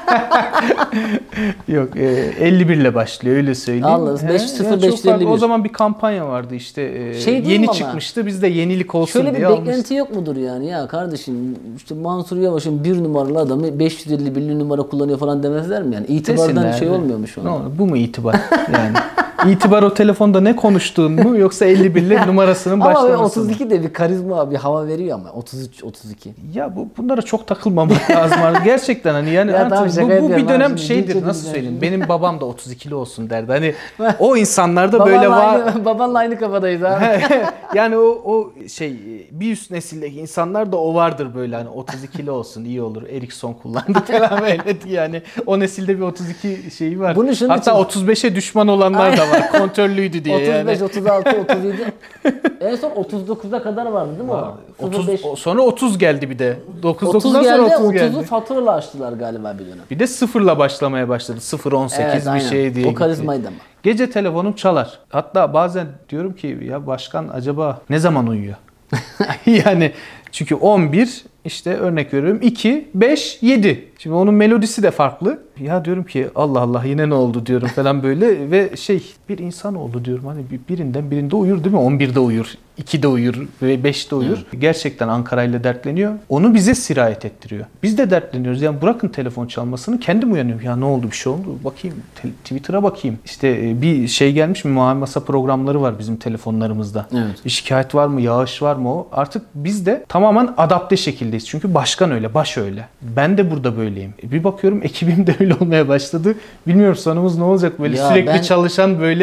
Yok 51 ile başlıyor öyle söyleyeyim. Anladım. 50551. O zaman bir kampanya vardı işte yeni çıkmıştı biz de yenilik olsun şöyle diye bir beklenti yok mudur yani ya kardeşim işte Mansur Yavaş'ın bir numaralı adamı 551'li numara kullanıyor falan demezler mi yani? İtibardan Desinler şey mi? olmuyormuş ona. No, bu mu itibar yani? İtibar o telefonda ne konuştuğun mu yoksa 51'li numarasının başlaması Ama 32 de bir karizma bir hava veriyor ama 33 32. Ya bunlara çok takılmamak lazım artık. Gerçekten hani yani Ya tamam, bu bir dönem şimdi, şeydir nasıl söyleyeyim. Benim babam da 32'li olsun derdi. Hani o insanlarda böyle var. Babanla aynı kafadayız abi. Yani o şey bir üst nesildeki insanlar da o vardır böyle hani 32'li olsun iyi olur. Ericsson kullandı falan böyle diye yani o nesilde bir 32 şeyi var. Hatta 35'e düşman olanlar da var. Kontrollüydü diye 35, yani. 36, 37. En son 39'a kadar vardı değil mi o? 30, sonra 30 geldi bir de. 30 geldi, sonra 30 geldi. 30'u faturayla açtılar galiba bir dönem. Bir de sıfırla başlamaya başladı. 0-18 evet, bir şey diye. O karizmaydı ama. Gece telefonum çalar. Hatta bazen diyorum ki ya başkan acaba ne zaman uyuyor? Yani çünkü 11 işte örnek veriyorum 2, 5, 7. Şimdi onun melodisi de farklı. Ya diyorum ki Allah Allah yine ne oldu diyorum falan böyle ve bir insan oldu diyorum. Hani birinde uyur değil mi? 11'de uyur, 2'de uyur ve 5'te uyur. Gerçekten Ankara ile dertleniyor. Onu bize sirayet ettiriyor. Biz de dertleniyoruz. Yani bırakın telefon çalmasını kendim uyanıyorum. Ya ne oldu bir şey oldu? Bakayım Twitter'a bakayım. İşte bir şey gelmiş mi? Mavi masa programları var bizim telefonlarımızda. Evet. Bir şikayet var mı? Yağış var mı o? Artık biz de tamamen adapte şekildeyiz. Çünkü başkan öyle, baş öyle. Ben de burada böyleyim. Bir bakıyorum ekibim de öyle olmaya başladı. Bilmiyorum sonumuz ne olacak böyle sürekli çalışan böyle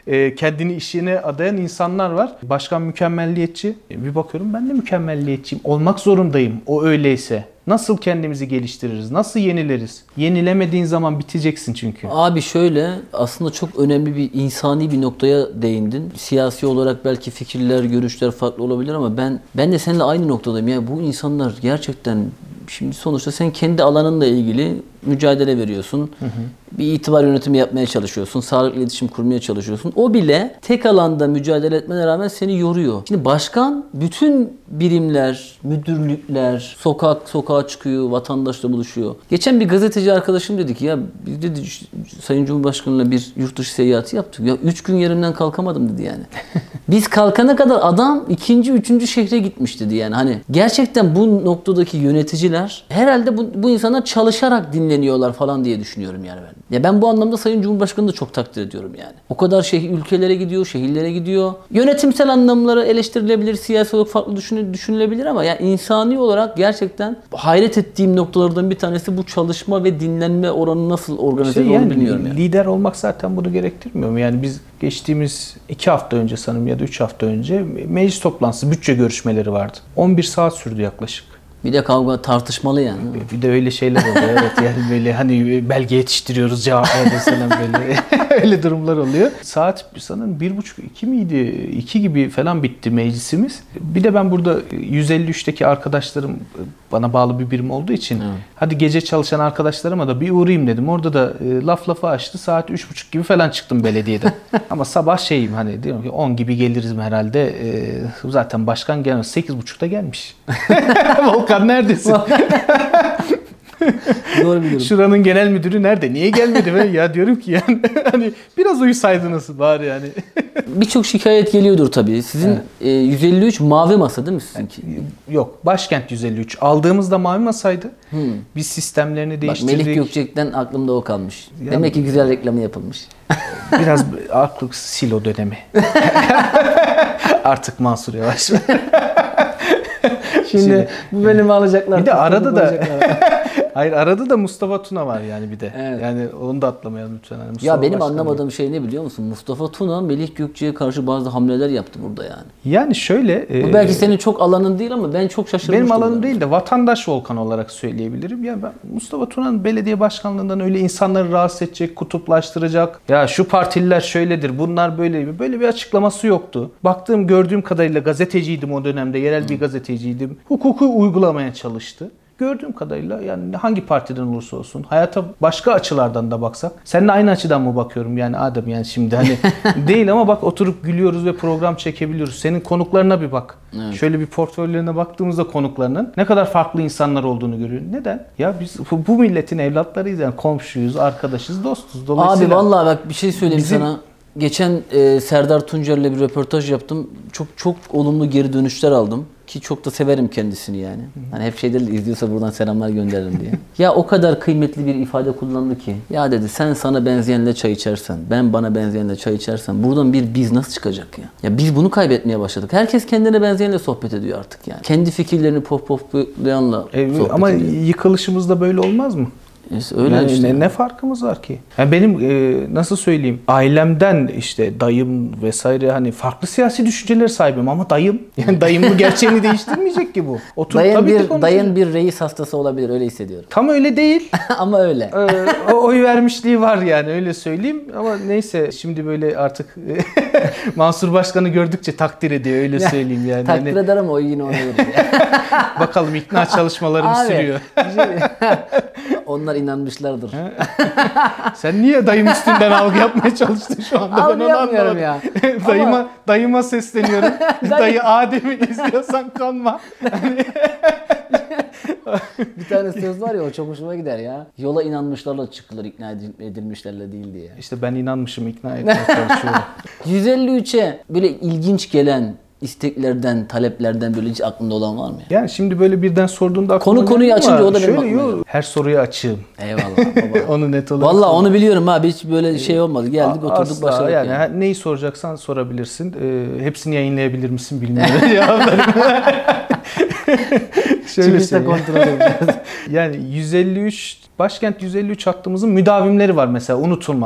kendini işine adayan insanlar var. Başkan mükemmelliyetçi. Bir bakıyorum ben de mükemmelliyetçiyim. Olmak zorundayım o öyleyse. Nasıl kendimizi geliştiririz? Nasıl yenileriz? Yenilemediğin zaman biteceksin çünkü. Abi şöyle, aslında çok önemli bir insani bir noktaya değindin. Siyasi olarak belki fikirler, görüşler farklı olabilir ama ben de seninle aynı noktadayım. Yani bu insanlar gerçekten, şimdi sonuçta sen kendi alanınla ilgili mücadele veriyorsun. Hı hı. Bir itibar yönetimi yapmaya çalışıyorsun. Sağlıklı iletişim kurmaya çalışıyorsun. O bile tek alanda mücadele etmene rağmen seni yoruyor. Şimdi başkan bütün birimler, müdürlükler, sokağa çıkıyor, vatandaşla buluşuyor. Geçen bir gazeteci arkadaşım dedi ki ya biz dedi Sayın Cumhurbaşkanı'yla bir yurt dışı seyahati yaptık. Ya 3 gün yerimden kalkamadım dedi yani. Biz kalkana kadar adam 2. 3. şehre gitmiş dedi yani. Hani gerçekten bu noktadaki yöneticiler herhalde bu insanlar çalışarak dinleniyorlar falan diye düşünüyorum yani ben. Ya ben bu anlamda Sayın Cumhurbaşkanı'nı da çok takdir ediyorum yani. O kadar ülkelere gidiyor, şehirlere gidiyor. Yönetimsel anlamları eleştirilebilir, siyasi olarak farklı düşünülebilir ama ya insani olarak gerçekten hayret ettiğim noktalardan bir tanesi bu çalışma ve dinlenme oranı nasıl organize olduğunu bilmiyorum yani. Lider olmak zaten bunu gerektirmiyor mu? Yani biz geçtiğimiz 2 hafta önce sanırım ya da 3 hafta önce meclis toplantısı, bütçe görüşmeleri vardı. 11 saat sürdü yaklaşık. Bir de kavga tartışmalı yani. Bir de öyle şeyler oluyor. Evet yani böyle hani belge yetiştiriyoruz cevap mesela böyle öyle durumlar oluyor. Saat sanırım 1.30-2 miydi? 2 gibi falan bitti meclisimiz. Bir de ben burada 153'teki arkadaşlarım bana bağlı bir birim olduğu için hadi gece çalışan arkadaşlarıma da bir uğrayayım dedim. Orada da lafı açtı. Saat 3.30 gibi falan çıktım belediyeden. Ama sabah şeyim hani diyorum ki 10 gibi geliriz herhalde. Zaten başkan gelmez. 8.30'da gelmiş. Volkan neredesin? Doğru biliyorum. Şuranın genel müdürü nerede? Niye gelmedi be? Ya diyorum ki yani hani biraz uyusaydınız bari yani. Birçok şikayet geliyordur tabii. Sizin 153 mavi masa değil mi sizinki? Yok. Başkent 153. Aldığımızda mavi masaydı. Biz sistemlerini değiştirdik. Bak, Melih Gökçek'ten aklımda o kalmış. Ya, demek ki güzel reklamı yapılmış. Biraz aklı sil o dönemi. Artık Mansur Yavaş. Şimdi bu bölümü alacaklar. Bir de arada da hayır arada da Mustafa Tuna var yani bir de. Evet. Yani onu da atlamayalım lütfen. Yani ya benim anlamadığım şey ne biliyor musun? Mustafa Tuna Melih Gökçek'e karşı bazı hamleler yaptı burada yani. Yani şöyle. Bu belki senin çok alanın değil ama ben çok şaşırmıştım. Benim alanım değil de vatandaş Volkan olarak söyleyebilirim. Ya ben Mustafa Tuna'nın belediye başkanlığından öyle insanları rahatsız edecek, kutuplaştıracak. Ya şu partililer şöyledir, bunlar böyle bir açıklaması yoktu. Baktığım, gördüğüm kadarıyla gazeteciydim o dönemde. Yerel bir gazeteciydim. Hukuku uygulamaya çalıştı. Gördüğüm kadarıyla yani hangi partiden olursa olsun hayata başka açılardan da baksak. Seninle aynı açıdan mı bakıyorum yani Adem yani şimdi hani değil ama bak oturup gülüyoruz ve program çekebiliyoruz. Senin konuklarına bir bak. Evet. Şöyle bir portföylerine baktığımızda konuklarının ne kadar farklı insanlar olduğunu görüyoruz. Neden? Ya biz bu milletin evlatlarıyız yani komşuyuz, arkadaşız, dostuz. Dolayısıyla abi vallahi bak bir şey söyleyeyim sana. Geçen Serdar Tuncer'le bir röportaj yaptım. Çok olumlu geri dönüşler aldım. Ki çok da severim kendisini yani. Hani hep şeyleri izliyorsa buradan selamlar gönderirim diye. Ya o kadar kıymetli bir ifade kullandı ki. Ya dedi sen sana benzeyenle çay içersen, ben bana benzeyenle çay içersem buradan bir biz nasıl çıkacak ya? Ya biz bunu kaybetmeye başladık. Herkes kendine benzeyenle sohbet ediyor artık yani. Kendi fikirlerini pohpohlayanla sohbet ama ediyor. Ama yıkılışımız da böyle olmaz mı? Öyle yani işte. Ne farkımız var ki? Yani benim nasıl söyleyeyim ailemden işte dayım vesaire hani farklı siyasi düşünceler sahibim ama dayım yani dayımın gerçeğini değiştirmeyecek ki bu. Dayın bir reis hastası olabilir öyle hissediyorum. Tam öyle değil. Ama öyle. Oy vermişliği var yani öyle söyleyeyim ama neyse şimdi böyle artık Mansur Başkan'ı gördükçe takdir ediyor öyle söyleyeyim yani. Takdir eder ama o yine ona verir. Bakalım ikna çalışmalarım sürüyor. Onlar inanmışlardır. Sen niye dayım üstünden algı yapmaya çalıştın şu anda? Algı yapmıyorum ya. Dayıma sesleniyorum. Dayı Adem'i izliyorsan kanma. Bir tane söz var ya o çok hoşuma gider ya. Yola inanmışlarla çıkılır ikna edilmişlerle değil diye. İşte ben inanmışım ikna etmeye çalışıyorum. 153'e böyle ilginç gelen isteklerden, taleplerden böyle hiç aklında olan var mı? Yani şimdi böyle birden sorduğunda aklıma konuyu açınca o da benim aklıma. Her soruya açığım. Eyvallah baba. Onu net olarak. Vallahi onu biliyorum abi hiç böyle şey olmadı. Geldik oturduk başladık yani. Neyi soracaksan sorabilirsin. Hepsini yayınlayabilir misin bilmiyorum. Cevaplarım. Çıkışta kontrol edeceğiz. Yani 153 Başkent 153 hattımızın müdavimleri var mesela unutulmaz.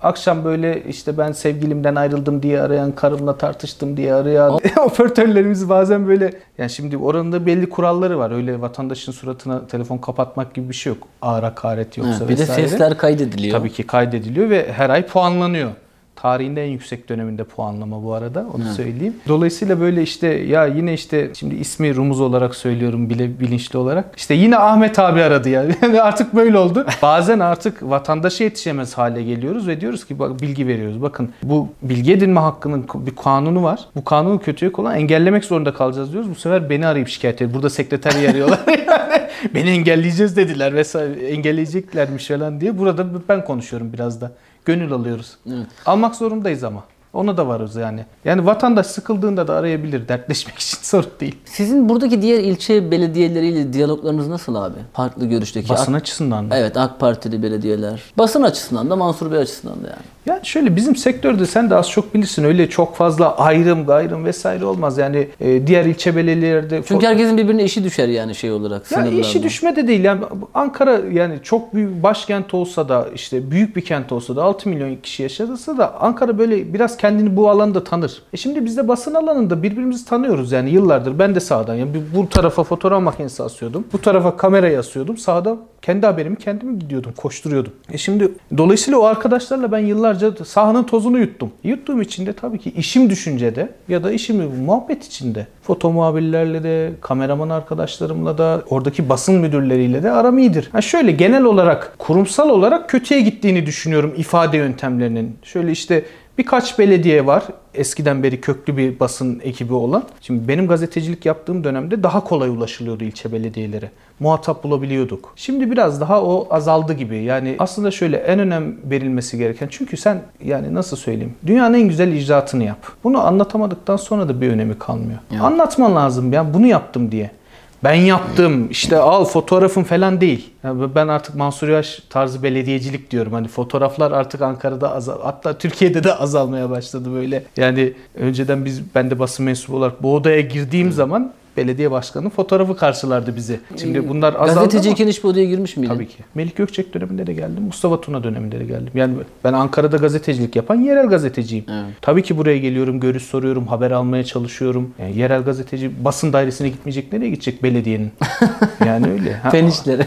akşam böyle işte ben sevgilimden ayrıldım diye arayan, karımla tartıştım diye arayan operatörlerimiz bazen böyle, yani şimdi oranın da belli kuralları var. Öyle vatandaşın suratına telefon kapatmak gibi bir şey yok. Ağır hakaret yoksa Bir vesaire. de sesler kaydediliyor. Tabii ki kaydediliyor ve her ay puanlanıyor. Tarihinde en yüksek döneminde puanlama bu arada, onu söyleyeyim. Dolayısıyla böyle işte ya yine işte şimdi ismi rumuz olarak söylüyorum bilinçli olarak. İşte yine Ahmet abi aradı ya. Yani artık böyle oldu. Bazen artık vatandaşa yetişemez hale geliyoruz ve diyoruz ki bak, bilgi veriyoruz. Bakın bu bilgi edinme hakkının bir kanunu var. Bu kanunu kötüye kullan, engellemek zorunda kalacağız diyoruz. Bu sefer beni arayıp şikayet ediyor. Burada sekreteri arıyorlar. Yani beni engelleyeceğiz dediler vesaire, engelleyeceklermiş falan diye. Burada ben konuşuyorum biraz da. Gönül alıyoruz. Evet. Almak zorundayız ama. Ona da varız yani. Yani vatandaş sıkıldığında da arayabilir. Dertleşmek için sorun değil. Sizin buradaki diğer ilçe belediyeleriyle diyaloglarınız nasıl abi? Farklı görüşteki. Basın açısından da. Evet, AK Partili belediyeler. Basın açısından da, Mansur Bey açısından da yani. Yani şöyle, bizim sektörde sen de az çok bilirsin, öyle çok fazla ayrım gayrım vesaire olmaz. Yani diğer ilçe belediyelerde... Çünkü herkesin birbirine işi düşer yani şey olarak. Yani işi düşme de değil. Yani Ankara yani çok büyük başkent olsa da, işte büyük bir kent olsa da, 6 milyon kişi yaşasa da Ankara böyle biraz kendini bu alanda tanır. Şimdi biz de basın alanında birbirimizi tanıyoruz yani yıllardır. Ben de sağdan, yani bu tarafa fotoğraf makinesi asıyordum. Bu tarafa kamerayı asıyordum. Sağda kendi haberimi kendim gidiyordum, koşturuyordum. Şimdi dolayısıyla o arkadaşlarla ben yıllarca sahanın tozunu yuttum. Yuttuğum için de tabii ki işim düşüncede ya da işim muhabbet içinde. Foto muhabirlerle de, kameraman arkadaşlarımla da, oradaki basın müdürleriyle de aram iyidir. Şöyle genel olarak, kurumsal olarak kötüye gittiğini düşünüyorum ifade yöntemlerinin. Şöyle işte birkaç belediye var. Eskiden beri köklü bir basın ekibi olan. Şimdi benim gazetecilik yaptığım dönemde daha kolay ulaşılıyordu ilçe belediyelere. Muhatap bulabiliyorduk. Şimdi biraz daha o azaldı gibi. Yani aslında şöyle, en önem verilmesi gereken, çünkü sen yani nasıl söyleyeyim, dünyanın en güzel icraatını yap. Bunu anlatamadıktan sonra da bir önemi kalmıyor. Yani. Anlatman lazım, ben bunu yaptım diye. Ben yaptım, işte al fotoğrafım falan değil. Yani ben artık Mansur Yavaş tarzı belediyecilik diyorum. Hani fotoğraflar artık Ankara'da hatta Türkiye'de de azalmaya başladı böyle. Yani önceden ben de basın mensubu olarak bu odaya girdiğim zaman belediye başkanının fotoğrafı karşılardı bizi. Şimdi bunlar azaldı. Gazeteciyken hiç bu odaya girmiş miydin? Tabii ki. Melik Gökçek döneminde de geldim. Mustafa Tuna döneminde de geldim. Yani ben Ankara'da gazetecilik yapan yerel gazeteciyim. Evet. Tabii ki buraya geliyorum, görüş soruyorum, haber almaya çalışıyorum. Yani yerel gazeteci basın dairesine gitmeyecek, nereye gidecek belediyenin? Yani öyle. Fen işleri.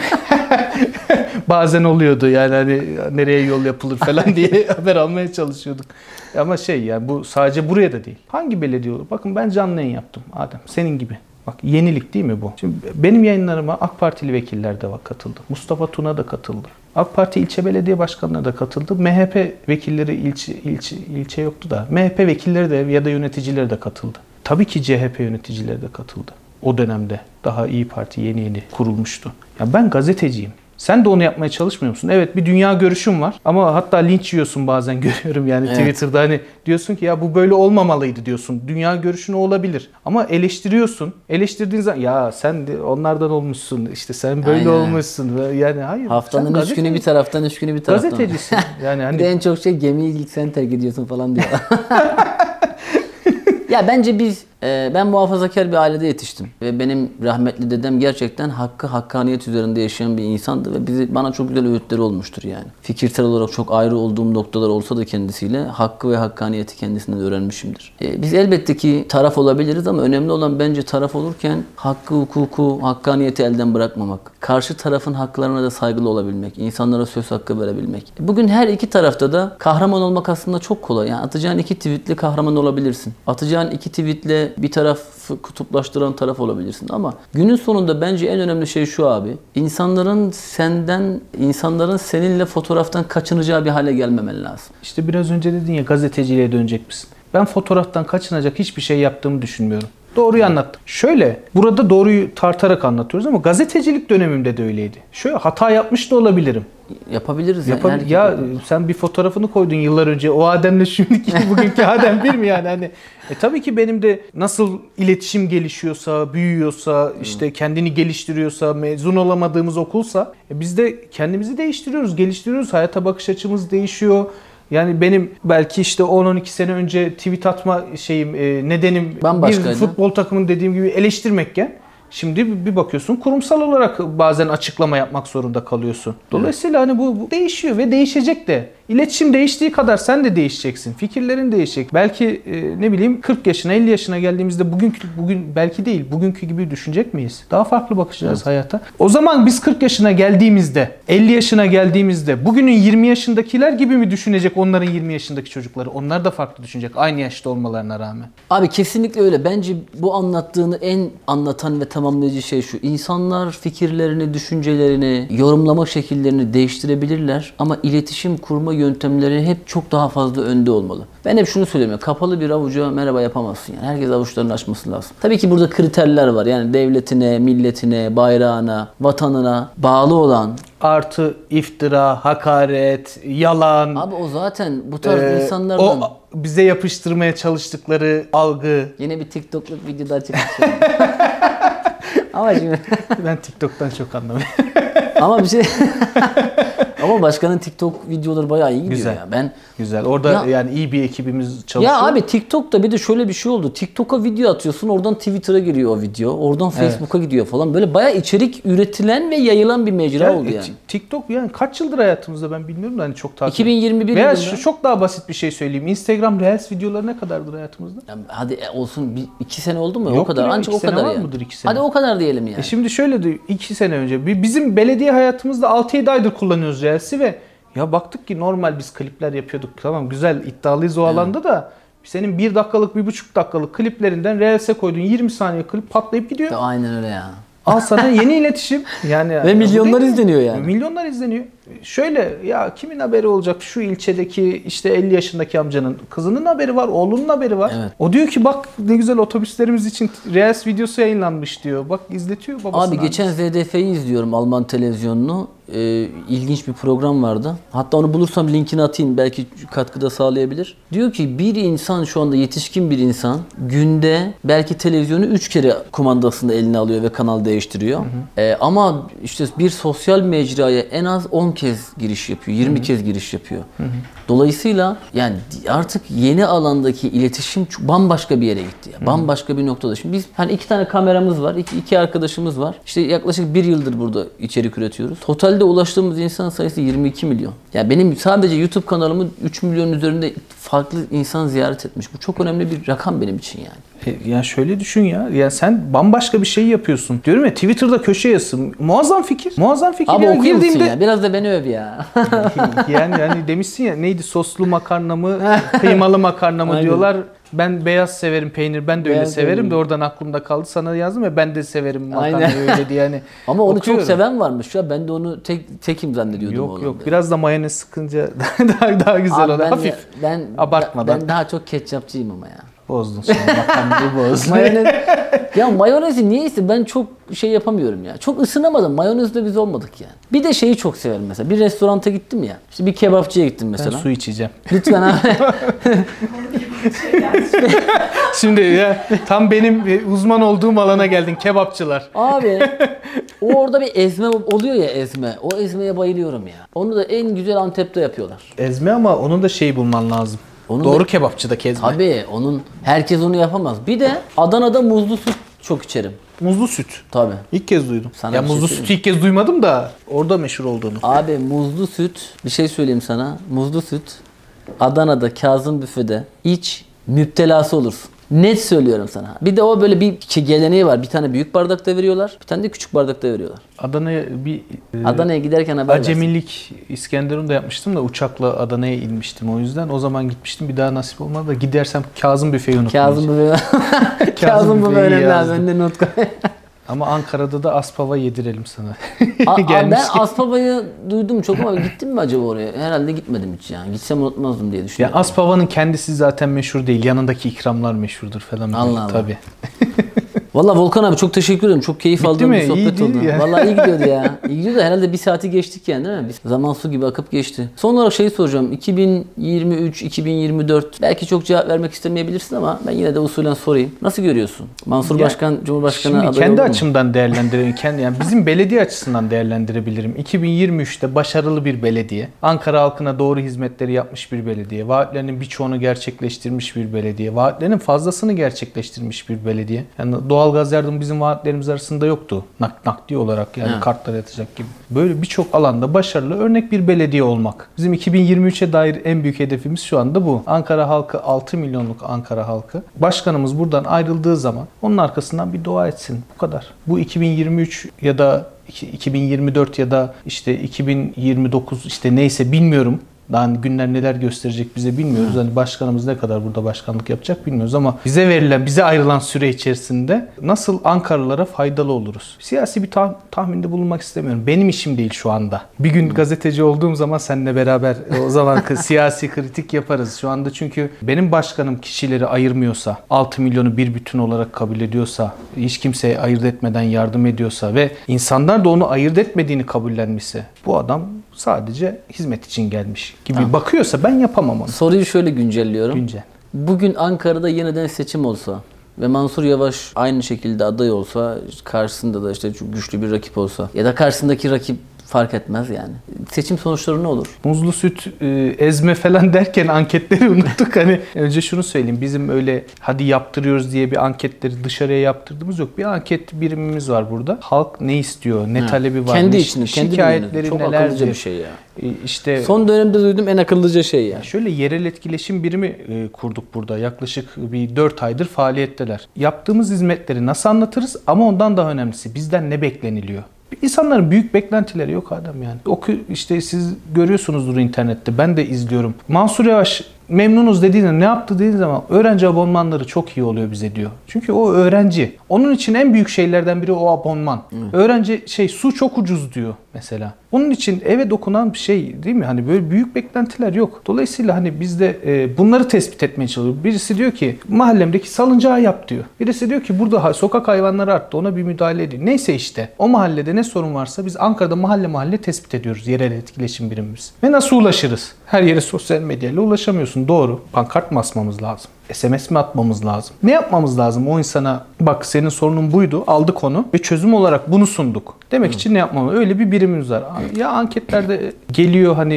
Bazen oluyordu yani, hani nereye yol yapılır falan diye haber almaya çalışıyorduk. Ama yani bu sadece buraya da değil. Hangi belediye olur? Bakın ben canlı yayın yaptım Adem. Senin gibi. Bak, yenilik değil mi bu? Şimdi benim yayınlarıma AK Partili vekiller de katıldı. Mustafa Tuna da katıldı. AK Parti ilçe belediye başkanları da katıldı. MHP vekilleri ilçe yoktu da MHP vekilleri de ya da yöneticileri de katıldı. Tabii ki CHP yöneticileri de katıldı. O dönemde daha İYİ Parti yeni kurulmuştu. Ya ben gazeteciyim. Sen de onu yapmaya çalışmıyor musun? Evet, bir dünya görüşüm var ama hatta linç yiyorsun bazen, görüyorum yani evet. Twitter'da hani diyorsun ki ya bu böyle olmamalıydı diyorsun. Dünya görüşün olabilir ama eleştiriyorsun. Eleştirdiğin zaman ya sen de onlardan olmuşsun, işte sen böyle olmuşsun. Yani hayır. Haftanın 3 günü bir taraftan, 3 günü bir taraftan. Gazetecisin. Yani hani... Bir de en çok gemiyi ilk sen terk ediyorsun falan diyor. Ya bence ben muhafazakar bir ailede yetiştim. Ve benim rahmetli dedem gerçekten hakkaniyet üzerinde yaşayan bir insandı ve bana çok güzel öğütleri olmuştur yani. Fikirsel olarak çok ayrı olduğum noktalar olsa da kendisiyle hakkı ve hakkaniyeti kendisinden öğrenmişimdir. Biz elbette ki taraf olabiliriz ama önemli olan bence taraf olurken hakkı, hukuku, hakkaniyeti elden bırakmamak. Karşı tarafın haklarına da saygılı olabilmek, insanlara söz hakkı verebilmek. Bugün her iki tarafta da kahraman olmak aslında çok kolay. Yani atacağın 2 tweetle kahraman olabilirsin. Atacağın 2 tweetle bir tarafı kutuplaştıran taraf olabilirsin ama günün sonunda bence en önemli şey şu abi. İnsanların seninle fotoğraftan kaçınacağı bir hale gelmemen lazım. İşte biraz önce dedin ya, gazeteciliğe dönecek misin? Ben fotoğraftan kaçınacak hiçbir şey yaptığımı düşünmüyorum. Doğruyu anlattım. Şöyle, burada doğruyu tartarak anlatıyoruz ama gazetecilik dönemimde de öyleydi. Şöyle, hata yapmış da olabilirim. Yapabiliriz. Ya sen bir fotoğrafını koydun yıllar önce. O Adem'le şimdiki bugünkü Adem bir mi yani? Hani tabii ki benim de nasıl iletişim gelişiyorsa, büyüyorsa, işte kendini geliştiriyorsa, mezun olamadığımız okulsa biz de kendimizi değiştiriyoruz, geliştiriyoruz. Hayata bakış açımız değişiyor. Yani benim belki işte 10-12 sene önce tweet atma nedenim bir futbol takımını dediğim gibi eleştirmekken, şimdi bir bakıyorsun kurumsal olarak bazen açıklama yapmak zorunda kalıyorsun. Dolayısıyla hani bu değişiyor ve değişecek de. İletişim değiştiği kadar sen de değişeceksin. Fikirlerin değişecek. Belki ne bileyim 40 yaşına 50 yaşına geldiğimizde bugün belki değil bugünkü gibi düşünecek miyiz? Daha farklı bakacağız hayata. O zaman biz 40 yaşına geldiğimizde 50 yaşına geldiğimizde bugünün 20 yaşındakiler gibi mi düşünecek onların 20 yaşındaki çocukları? Onlar da farklı düşünecek aynı yaşta olmalarına rağmen. Abi kesinlikle öyle. Bence bu anlattığını en anlatan ve tamamlayıcı şey şu. İnsanlar fikirlerini, düşüncelerini, yorumlama şekillerini değiştirebilirler ama iletişim kurma yöntemleri hep çok daha fazla önde olmalı. Ben hep şunu söylüyorum. Kapalı bir avuca merhaba yapamazsın. Yani herkes avuçlarını açması lazım. Tabii ki burada kriterler var. Yani devletine, milletine, bayrağına, vatanına bağlı olan. Artı iftira, hakaret, yalan. Abi o zaten bu tarz insanlardan. O bize yapıştırmaya çalıştıkları algı. Yine bir TikTok'luk videoda çıkmış. Ama şimdi Ben TikTok'tan çok anlamıyorum. ama bir şey ama başkanın TikTok videoları bayağı iyi gidiyor Güzel. ya. Ben Güzel. Orada Ya- yani iyi bir ekibimiz çalışıyor. ya abi TikTok'ta bir de şöyle bir şey oldu. TikTok'a video atıyorsun, oradan Twitter'a giriyor o video, oradan Facebook'a gidiyor falan. Böyle bayağı içerik üretilen ve yayılan bir mecra oldu yani. TikTok yani kaç yıldır hayatımızda ben bilmiyorum da hani çok takip. 2021 Veya yılında. çok daha basit bir şey söyleyeyim. Instagram Reels videoları ne kadardır hayatımızda? Ya hadi olsun 2 sene oldu mu? O Yoktur kadar. ya, Ancak iki o sene kadar var yani. mıdır, 2 sene? Hadi o kadar diyelim yani. Şimdi şöyle de 2 sene önce bizim belediye hayatımızda 6-7 aydır kullanıyoruz Reels'i ve ya baktık ki normal biz klipler yapıyorduk. Tamam güzel iddialıyız o alanda da senin 1 dakikalık 1,5 dakikalık kliplerinden Reels'e koyduğun 20 saniye klip patlayıp gidiyor. Aynen öyle ya. Al sana yeni iletişim. Yani Ve milyonlar izleniyor yani. Milyonlar izleniyor. Şöyle ya kimin haberi olacak şu ilçedeki işte 50 yaşındaki amcanın kızının haberi var, oğlunun haberi var. Evet. O diyor ki bak ne güzel otobüslerimiz için Reels videosu yayınlanmış diyor. Bak izletiyor babasına. Abi geçen ZDF'yi izliyorum, Alman televizyonunu. İlginç bir program vardı. Hatta onu bulursam linkini atayım, belki katkıda sağlayabilir. Diyor ki bir insan, şu anda yetişkin bir insan, günde belki televizyonu 3 kere kumandasında eline alıyor ve kanal değiştiriyor. Ama işte bir sosyal mecraya en az 10 kez giriş yapıyor, 20 kez giriş yapıyor. Dolayısıyla yani artık yeni alandaki iletişim bambaşka bir yere gitti. Yani. Bambaşka bir noktada. Şimdi biz hani 2 tane kameramız var, iki arkadaşımız var. İşte yaklaşık 1 yıldır burada içerik üretiyoruz. Totalde ulaştığımız insan sayısı 22 milyon. Yani benim sadece YouTube kanalımı 3 milyon üzerinde farklı insan ziyaret etmiş. Bu çok önemli bir rakam benim için yani. Ya şöyle düşün ya. Ya sen bambaşka bir şey yapıyorsun. Diyorum ya Twitter'da köşe yazısı. Muazzam fikir. Muazzam fikir. Abi Yani okuyor musun girdiğimde ya? Biraz da beni öv ya. yani demişsin ya neydi soslu makarna mı kıymalı makarna mı Aynen. diyorlar. Ben beyaz severim peynir ben de öyle Beyaz severim peynir. de oradan aklımda kaldı sana yazdım ya ben de severim makarna Aynen. öyle diye yani. Ama onu okuyorum. çok seven varmış ya. Ben de onu tekim zannediyordum. Yok oğlum yok diye. biraz da mayonez sıkınca daha güzel Abi oluyor. Hafif abartmadan. Ben daha çok ketçapçıyım ama ya. Bozdun sonra makarnayı bozdun. Mayonez. Ya mayonezi niyeyse ben çok şey yapamıyorum ya. Çok ısınamadım. Mayonezle biz olmadık yani. Bir de şeyi çok severim mesela. Bir restoranta gittim ya. İşte bir kebapçıya gittim Ben mesela. su içeceğim. Lütfen abi. Şimdi ya tam benim uzman olduğum alana geldin kebapçılar. Abi o orada bir ezme oluyor ya, ezme. O ezmeye bayılıyorum ya. Onu da en güzel Antep'te yapıyorlar. Ezme ama onun da şey bulman lazım. Onun Doğru da- kebapçıdaki ezme. Tabii herkes onu yapamaz. Bir de Adana'da muzlu süt çok içerim. Muzlu süt. Tabii. İlk kez duydum. Sana Ya bir şey muzlu söyleyeyim sütü ilk kez duymadım da orada meşhur olduğunu. Abi muzlu süt, bir şey söyleyeyim sana. Muzlu süt Adana'da Kazım Büfe'de iç, müptelası olursun. Net söylüyorum sana. Bir de o böyle bir geleneği var. Bir tane büyük bardakta veriyorlar. Bir tane de küçük bardakta veriyorlar. Adana'ya bir Adana'ya giderken haber versin. acemilik İskenderun'da yapmıştım da uçakla Adana'ya inmiştim o yüzden. O zaman gitmiştim bir daha nasip olmadı da gidersem Kazım Büfe'yi unutmayacağım. Kazım Büfe. Kazım Büfe Büfe'yi önemli abi. yazdım. Önüne not koy. Ama Ankara'da da Aspava yedirelim sana. Ben Gelmişken. Aspava'yı duydum çok ama gittim mi acaba oraya? Herhalde gitmedim hiç yani. Gitsem unutmazdım diye Ya düşünüyorum. Aspava'nın kendisi zaten meşhur değil. Yanındaki ikramlar meşhurdur falan. Allah Allah. Tabii. Valla Volkan abi çok teşekkür ederim. Çok keyif Bitti aldığım mi? bir sohbet İyi değil oldu. ya. Valla iyi gidiyordu ya. İyi gidiyordu. Herhalde bir saati geçtik yani değil mi? Zaman su gibi akıp geçti. Son olarak şeyi soracağım. 2023, 2024 belki çok cevap vermek istemeyebilirsin ama ben yine de usulen sorayım. Nasıl görüyorsun? Mansur Ya, Başkan, Cumhurbaşkanı Şimdi adayı kendi olur mu? açımdan değerlendirelim. Yani bizim belediye açısından değerlendirebilirim. 2023'te başarılı bir belediye. Ankara halkına doğru hizmetleri yapmış bir belediye. Vaatlerinin birçoğunu gerçekleştirmiş bir belediye. Vaatlerinin fazlasını gerçekleştirmiş bir belediye. Yani doğal doğalgaz yardımı bizim vaatlerimiz arasında yoktu. Nakdi olarak yani kartlara yatacak gibi. Böyle birçok alanda başarılı örnek bir belediye olmak. Bizim 2023'e dair en büyük hedefimiz şu anda bu. Ankara halkı, 6 milyonluk Ankara halkı. Başkanımız buradan ayrıldığı zaman onun arkasından bir dua etsin. Bu kadar. Bu 2023 ya da 2024 ya da işte 2029 işte neyse bilmiyorum. Daha günler neler gösterecek bize bilmiyoruz. Hani başkanımız ne kadar burada başkanlık yapacak bilmiyoruz ama bize ayrılan süre içerisinde nasıl Ankaralılara faydalı oluruz? Siyasi bir tahminde bulunmak istemiyorum. Benim işim değil şu anda. Bir gün gazeteci olduğum zaman seninle beraber o zaman siyasi kritik yaparız. Şu anda çünkü benim başkanım kişileri ayırmıyorsa, 6 milyonu bir bütün olarak kabul ediyorsa, hiç kimseye ayırt etmeden yardım ediyorsa ve insanlar da onu ayırt etmediğini kabullenmişse bu adam sadece hizmet için gelmiş gibi bakıyorsa ben yapamam onu. Soruyu şöyle güncelliyorum. Güncel. Bugün Ankara'da yeniden seçim olsa ve Mansur Yavaş aynı şekilde aday olsa, karşısında da işte çok güçlü bir rakip olsa ya da karşısındaki rakip fark etmez yani. Seçim sonuçları ne olur? Muzlu süt, ezme falan derken anketleri unuttuk. Hani önce şunu söyleyeyim. Bizim öyle hadi yaptırıyoruz diye bir anketleri dışarıya yaptırdığımız yok. Bir anket birimimiz var burada. Halk ne istiyor? Ne talebi var? Kendi içinde, şikayetleri çok nelerdir? akıllıca bir şey ya. İşte son dönemde duyduğum en akıllıca şey ya. Şöyle yerel etkileşim birimi kurduk burada. Yaklaşık bir 4 aydır faaliyetteler. Yaptığımız hizmetleri nasıl anlatırız ama ondan daha önemlisi bizden ne bekleniliyor? İnsanların büyük beklentileri yok Adem yani. İşte siz görüyorsunuzdur internette. Ben de izliyorum. Mansur Yavaş memnunuz dediğinde ne yaptı dediğin zaman öğrenci abonmanları çok iyi oluyor bize diyor. Çünkü o öğrenci. Onun için en büyük şeylerden biri o abonman. Öğrenci su çok ucuz diyor mesela. Onun için eve dokunan bir şey değil mi? Hani böyle büyük beklentiler yok. Dolayısıyla hani biz de bunları tespit etmeye çalışıyoruz. Birisi diyor ki mahallemdeki salıncağı yap diyor. Birisi diyor ki burada sokak hayvanları arttı ona bir müdahale edin. Neyse işte o mahallede ne sorun varsa biz Ankara'da mahalle tespit ediyoruz yerel etkileşim birimimiz. Ve nasıl ulaşırız? Her yere sosyal medyayla ulaşamıyorsun. Doğru. Pankart mı asmamız lazım? SMS mi atmamız lazım? Ne yapmamız lazım o insana? Bak senin sorunun buydu. Aldık onu ve çözüm olarak bunu sunduk. Demek için ne yapmamız? Öyle bir birimimiz var. Ya anketlerde geliyor hani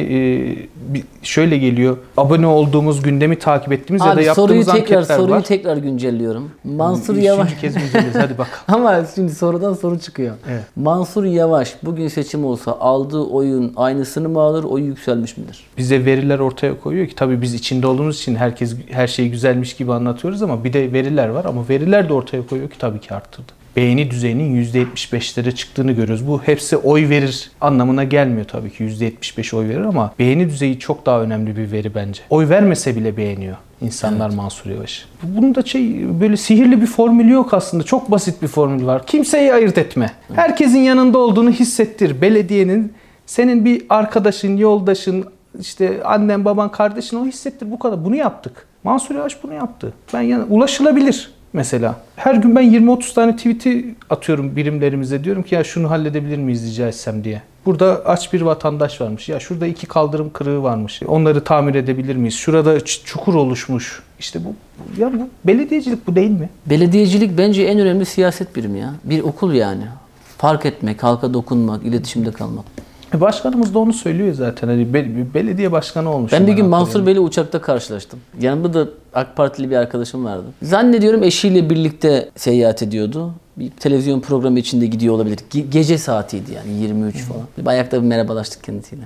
şöyle geliyor. Abone olduğumuz, gündemi takip ettiğimiz ya da yaptığımız anketler var. Soruyu tekrar güncelliyorum. Mansur Yavaş. Üçüncü kez güncelleriz. Hadi bakalım. Ama şimdi sorudan soru çıkıyor. Evet. Mansur Yavaş bugün seçim olsa aldığı oyun aynısını mı alır? Oyu yükselmiş midir? Bize veriler ortaya koyuyor ki tabii biz içinde olduğumuz için her şey güzelmiş gibi anlatıyoruz ama bir de veriler var ama veriler de ortaya koyuyor ki tabii ki arttırdı. Beğeni düzeyinin %75'lere çıktığını görüyoruz. Bu hepsi oy verir anlamına gelmiyor tabii ki. %75 oy verir ama beğeni düzeyi çok daha önemli bir veri bence. Oy vermese bile beğeniyor insanlar Mansur Yavaş. Bunun da böyle sihirli bir formülü yok aslında. Çok basit bir formül var. Kimseyi ayırt etme. Herkesin yanında olduğunu hissettir. Belediyenin, senin bir arkadaşın, yoldaşın, işte annen, baban, kardeşin o hissettir. Bu kadar. Bunu yaptık. Mansur Yavaş bunu yaptı. Ulaşılabilir. Mesela her gün ben 20-30 tane tweet'i atıyorum birimlerimize. Diyorum ki ya şunu halledebilir miyiz rica etsem diye. Burada aç bir vatandaş varmış. Ya şurada 2 kaldırım kırığı varmış. Onları tamir edebilir miyiz? Şurada çukur oluşmuş. İşte bu belediyecilik bu değil mi? Belediyecilik bence en önemli siyaset birimi ya. Bir okul yani. Fark etmek, halka dokunmak, iletişimde kalmak. Başkanımız da onu söylüyor zaten. Hani belediye başkanı olmuş. Ben bir gün Mansur Bey'le uçakta karşılaştım. Yanımda da AK Partili bir arkadaşım vardı. Zannediyorum eşiyle birlikte seyahat ediyordu. Bir televizyon programı içinde gidiyor olabilir. Gece saatiydi yani 23 falan. Ayakta bir merhabalaştık kendisiyle.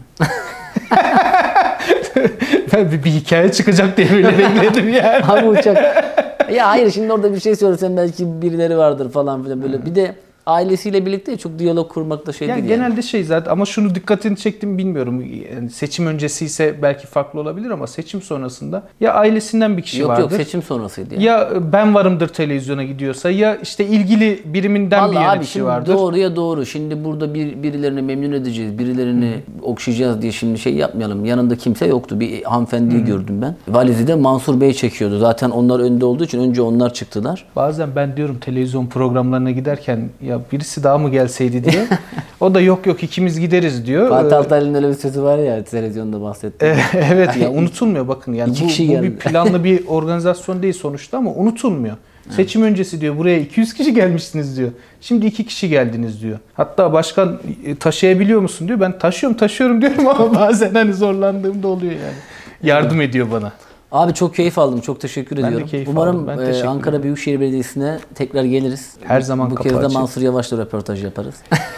Ben bir hikaye çıkacak diye böyle bekledim yani. Abi uçak. Ya hayır şimdi orada bir şey söylesem belki birileri vardır falan filan böyle. Bir de ailesiyle birlikte çok diyalog kurmak da yani genelde zaten ama şunu dikkatini çektim bilmiyorum. Yani seçim öncesi ise belki farklı olabilir ama seçim sonrasında ya ailesinden bir kişi vardır. Yok seçim sonrasıydı yani. Ya ben varımdır televizyona gidiyorsa ya işte ilgili biriminden bir yönetici vardır. Doğruya doğru. Şimdi burada birilerini memnun edeceğiz, birilerini okşayacağız diye şimdi şey yapmayalım. Yanında kimse yoktu. Bir hanımefendiyi gördüm ben. Valizi de Mansur Bey çekiyordu. Zaten onlar önde olduğu için önce onlar çıktılar. Bazen ben diyorum televizyon programlarına giderken ya birisi daha mı gelseydi diyor. O da yok ikimiz gideriz diyor. Fatih Altaylı'nın öyle bir sözü var ya televizyonda bahsetti. Evet ya unutulmuyor bakın yani bu bir planlı bir organizasyon değil sonuçta ama unutulmuyor. Seçim öncesi diyor buraya 200 kişi gelmişsiniz diyor. Şimdi 2 kişi geldiniz diyor. Hatta başkan taşıyabiliyor musun diyor. Ben taşıyorum diyorum ama bazen hani zorlandığımda oluyor yani. Yardım ediyor bana. Abi çok keyif aldım. Çok teşekkür Ben de ediyorum. keyif Umarım aldım. Ben teşekkür Ankara ederim. Büyükşehir Belediyesi'ne tekrar geliriz. Her zaman Bu kapı kez de açık. Mansur Yavaş'la röportaj yaparız.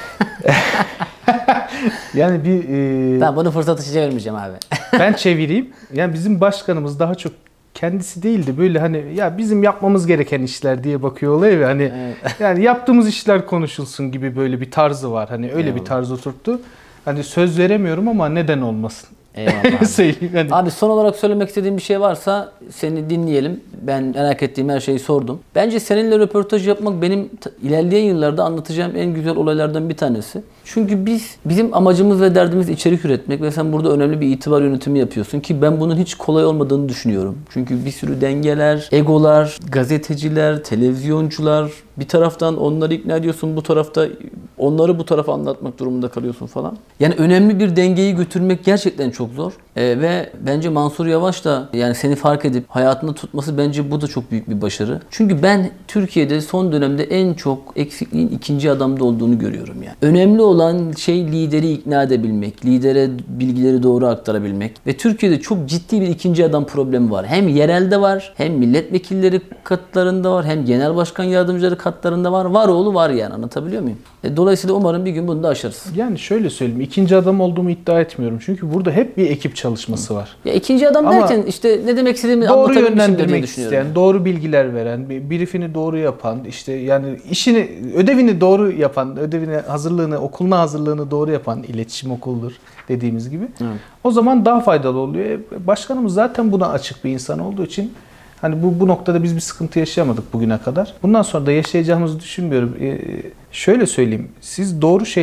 Yani Ben bunu fırsatı çevirmeyeceğim abi. ben çevireyim. Yani bizim başkanımız daha çok kendisi değildi, böyle hani ya bizim yapmamız gereken işler diye bakıyor olaya ve hani yani yaptığımız işler konuşulsun gibi böyle bir tarzı var. Hani öyle Eyvallah. bir tarz oturttu. Hani söz veremiyorum ama neden olmasın? Eyvallah abi. Söyleyeyim hani. Abi son olarak söylemek istediğim bir şey varsa seni dinleyelim. Ben merak ettiğim her şeyi sordum. Bence seninle röportaj yapmak benim ilerleyen yıllarda anlatacağım en güzel olaylardan bir tanesi. Çünkü bizim amacımız ve derdimiz içerik üretmek ve sen burada önemli bir itibar yönetimi yapıyorsun ki ben bunun hiç kolay olmadığını düşünüyorum. Çünkü bir sürü dengeler, egolar, gazeteciler, televizyoncular, bir taraftan onları ikna ediyorsun, bu tarafta onları bu tarafa anlatmak durumunda kalıyorsun falan. Yani önemli bir dengeyi götürmek gerçekten çok zor. Ve bence Mansur Yavaş da yani seni fark edip hayatında tutması, bence bu da çok büyük bir başarı. Çünkü ben Türkiye'de son dönemde en çok eksikliğin ikinci adamda olduğunu görüyorum yani. Önemli olan şey lideri ikna edebilmek, lidere bilgileri doğru aktarabilmek ve Türkiye'de çok ciddi bir ikinci adam problemi var. Hem yerelde var, hem milletvekilleri katlarında var, hem genel başkan yardımcıları katlarında var. Var oğlu var yani, anlatabiliyor muyum? Dolayısıyla umarım bir gün bunu da aşarız. Yani şöyle söyleyeyim, ikinci adam olduğumu iddia etmiyorum. Çünkü burada hep bir ekip çalışması var. Ya ikinci adam Ama derken işte ne demek istediğimi doğru anlatabilmişimdir diye yönlendirmek düşünüyorum. isteyen, doğru bilgiler veren, briefini doğru yapan, işte yani ödevini doğru yapan, hazırlığını, okuluna hazırlığını doğru yapan, iletişim okuludur dediğimiz gibi. Evet. O zaman daha faydalı oluyor. Başkanımız zaten buna açık bir insan olduğu için hani bu noktada biz bir sıkıntı yaşayamadık bugüne kadar. Bundan sonra da yaşayacağımızı düşünmüyorum. Şöyle söyleyeyim, siz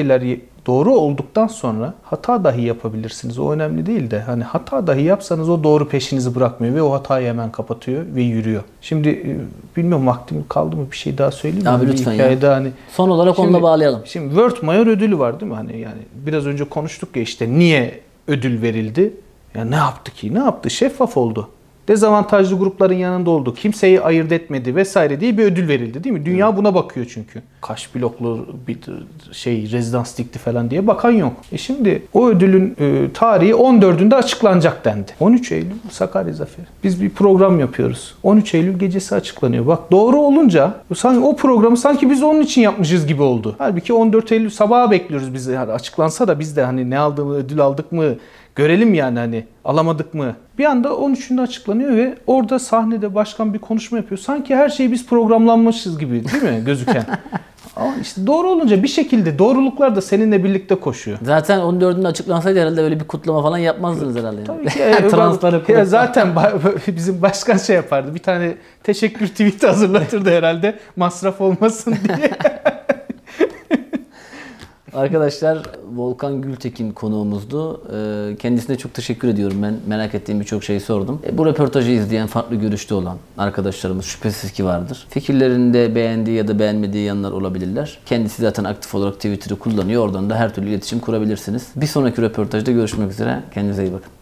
doğru olduktan sonra hata dahi yapabilirsiniz. O önemli değil de hani hata dahi yapsanız o doğru peşinizi bırakmıyor ve o hatayı hemen kapatıyor ve yürüyor. Şimdi bilmiyorum vaktim kaldı mı, bir şey daha söyleyeyim mi? Abi Bir lütfen hikayede ya. hani Son olarak onunla bağlayalım. Şimdi World Mayor ödülü var değil mi? Hani yani biraz önce konuştuk ya, işte niye ödül verildi? Ya ne yaptı ki? Ne yaptı? Şeffaf oldu. Dezavantajlı grupların yanında oldu. Kimseyi ayırt etmedi vesaire diye bir ödül verildi değil mi? Dünya buna bakıyor çünkü. Kaç bloklu bir rezidans dikti falan diye bakan yok. Şimdi o ödülün tarihi 14'ünde açıklanacak dendi. 13 Eylül Sakarya Zaferi. Biz bir program yapıyoruz. 13 Eylül gecesi açıklanıyor. Bak doğru olunca o programı sanki biz onun için yapmışız gibi oldu. Halbuki 14 Eylül sabaha bekliyoruz biz. Yani açıklansa da biz de hani ne aldığımı, ödül aldık mı görelim yani, hani alamadık mı? Bir anda 13'ünde açıklanıyor ve orada sahnede başkan bir konuşma yapıyor. Sanki her şeyi biz programlanmışız gibi değil mi gözüken? Ama işte doğru olunca bir şekilde doğruluklar da seninle birlikte koşuyor. Zaten 14'ünde açıklansaydı herhalde öyle bir kutlama falan yapmazdınız herhalde. Tabii ki. Transları Ya zaten bizim başkan şey yapardı. Bir tane teşekkür tweet'i hazırlatırdı herhalde. Masraf olmasın diye. Arkadaşlar, Volkan Gültekin konuğumuzdu. Kendisine çok teşekkür ediyorum. Ben merak ettiğim birçok şeyi sordum. Bu röportajı izleyen, farklı görüşte olan arkadaşlarımız şüphesiz ki vardır. Fikirlerinde beğendiği ya da beğenmediği yanlar olabilirler. Kendisi zaten aktif olarak Twitter'ı kullanıyor. Oradan da her türlü iletişim kurabilirsiniz. Bir sonraki röportajda görüşmek üzere. Kendinize iyi bakın.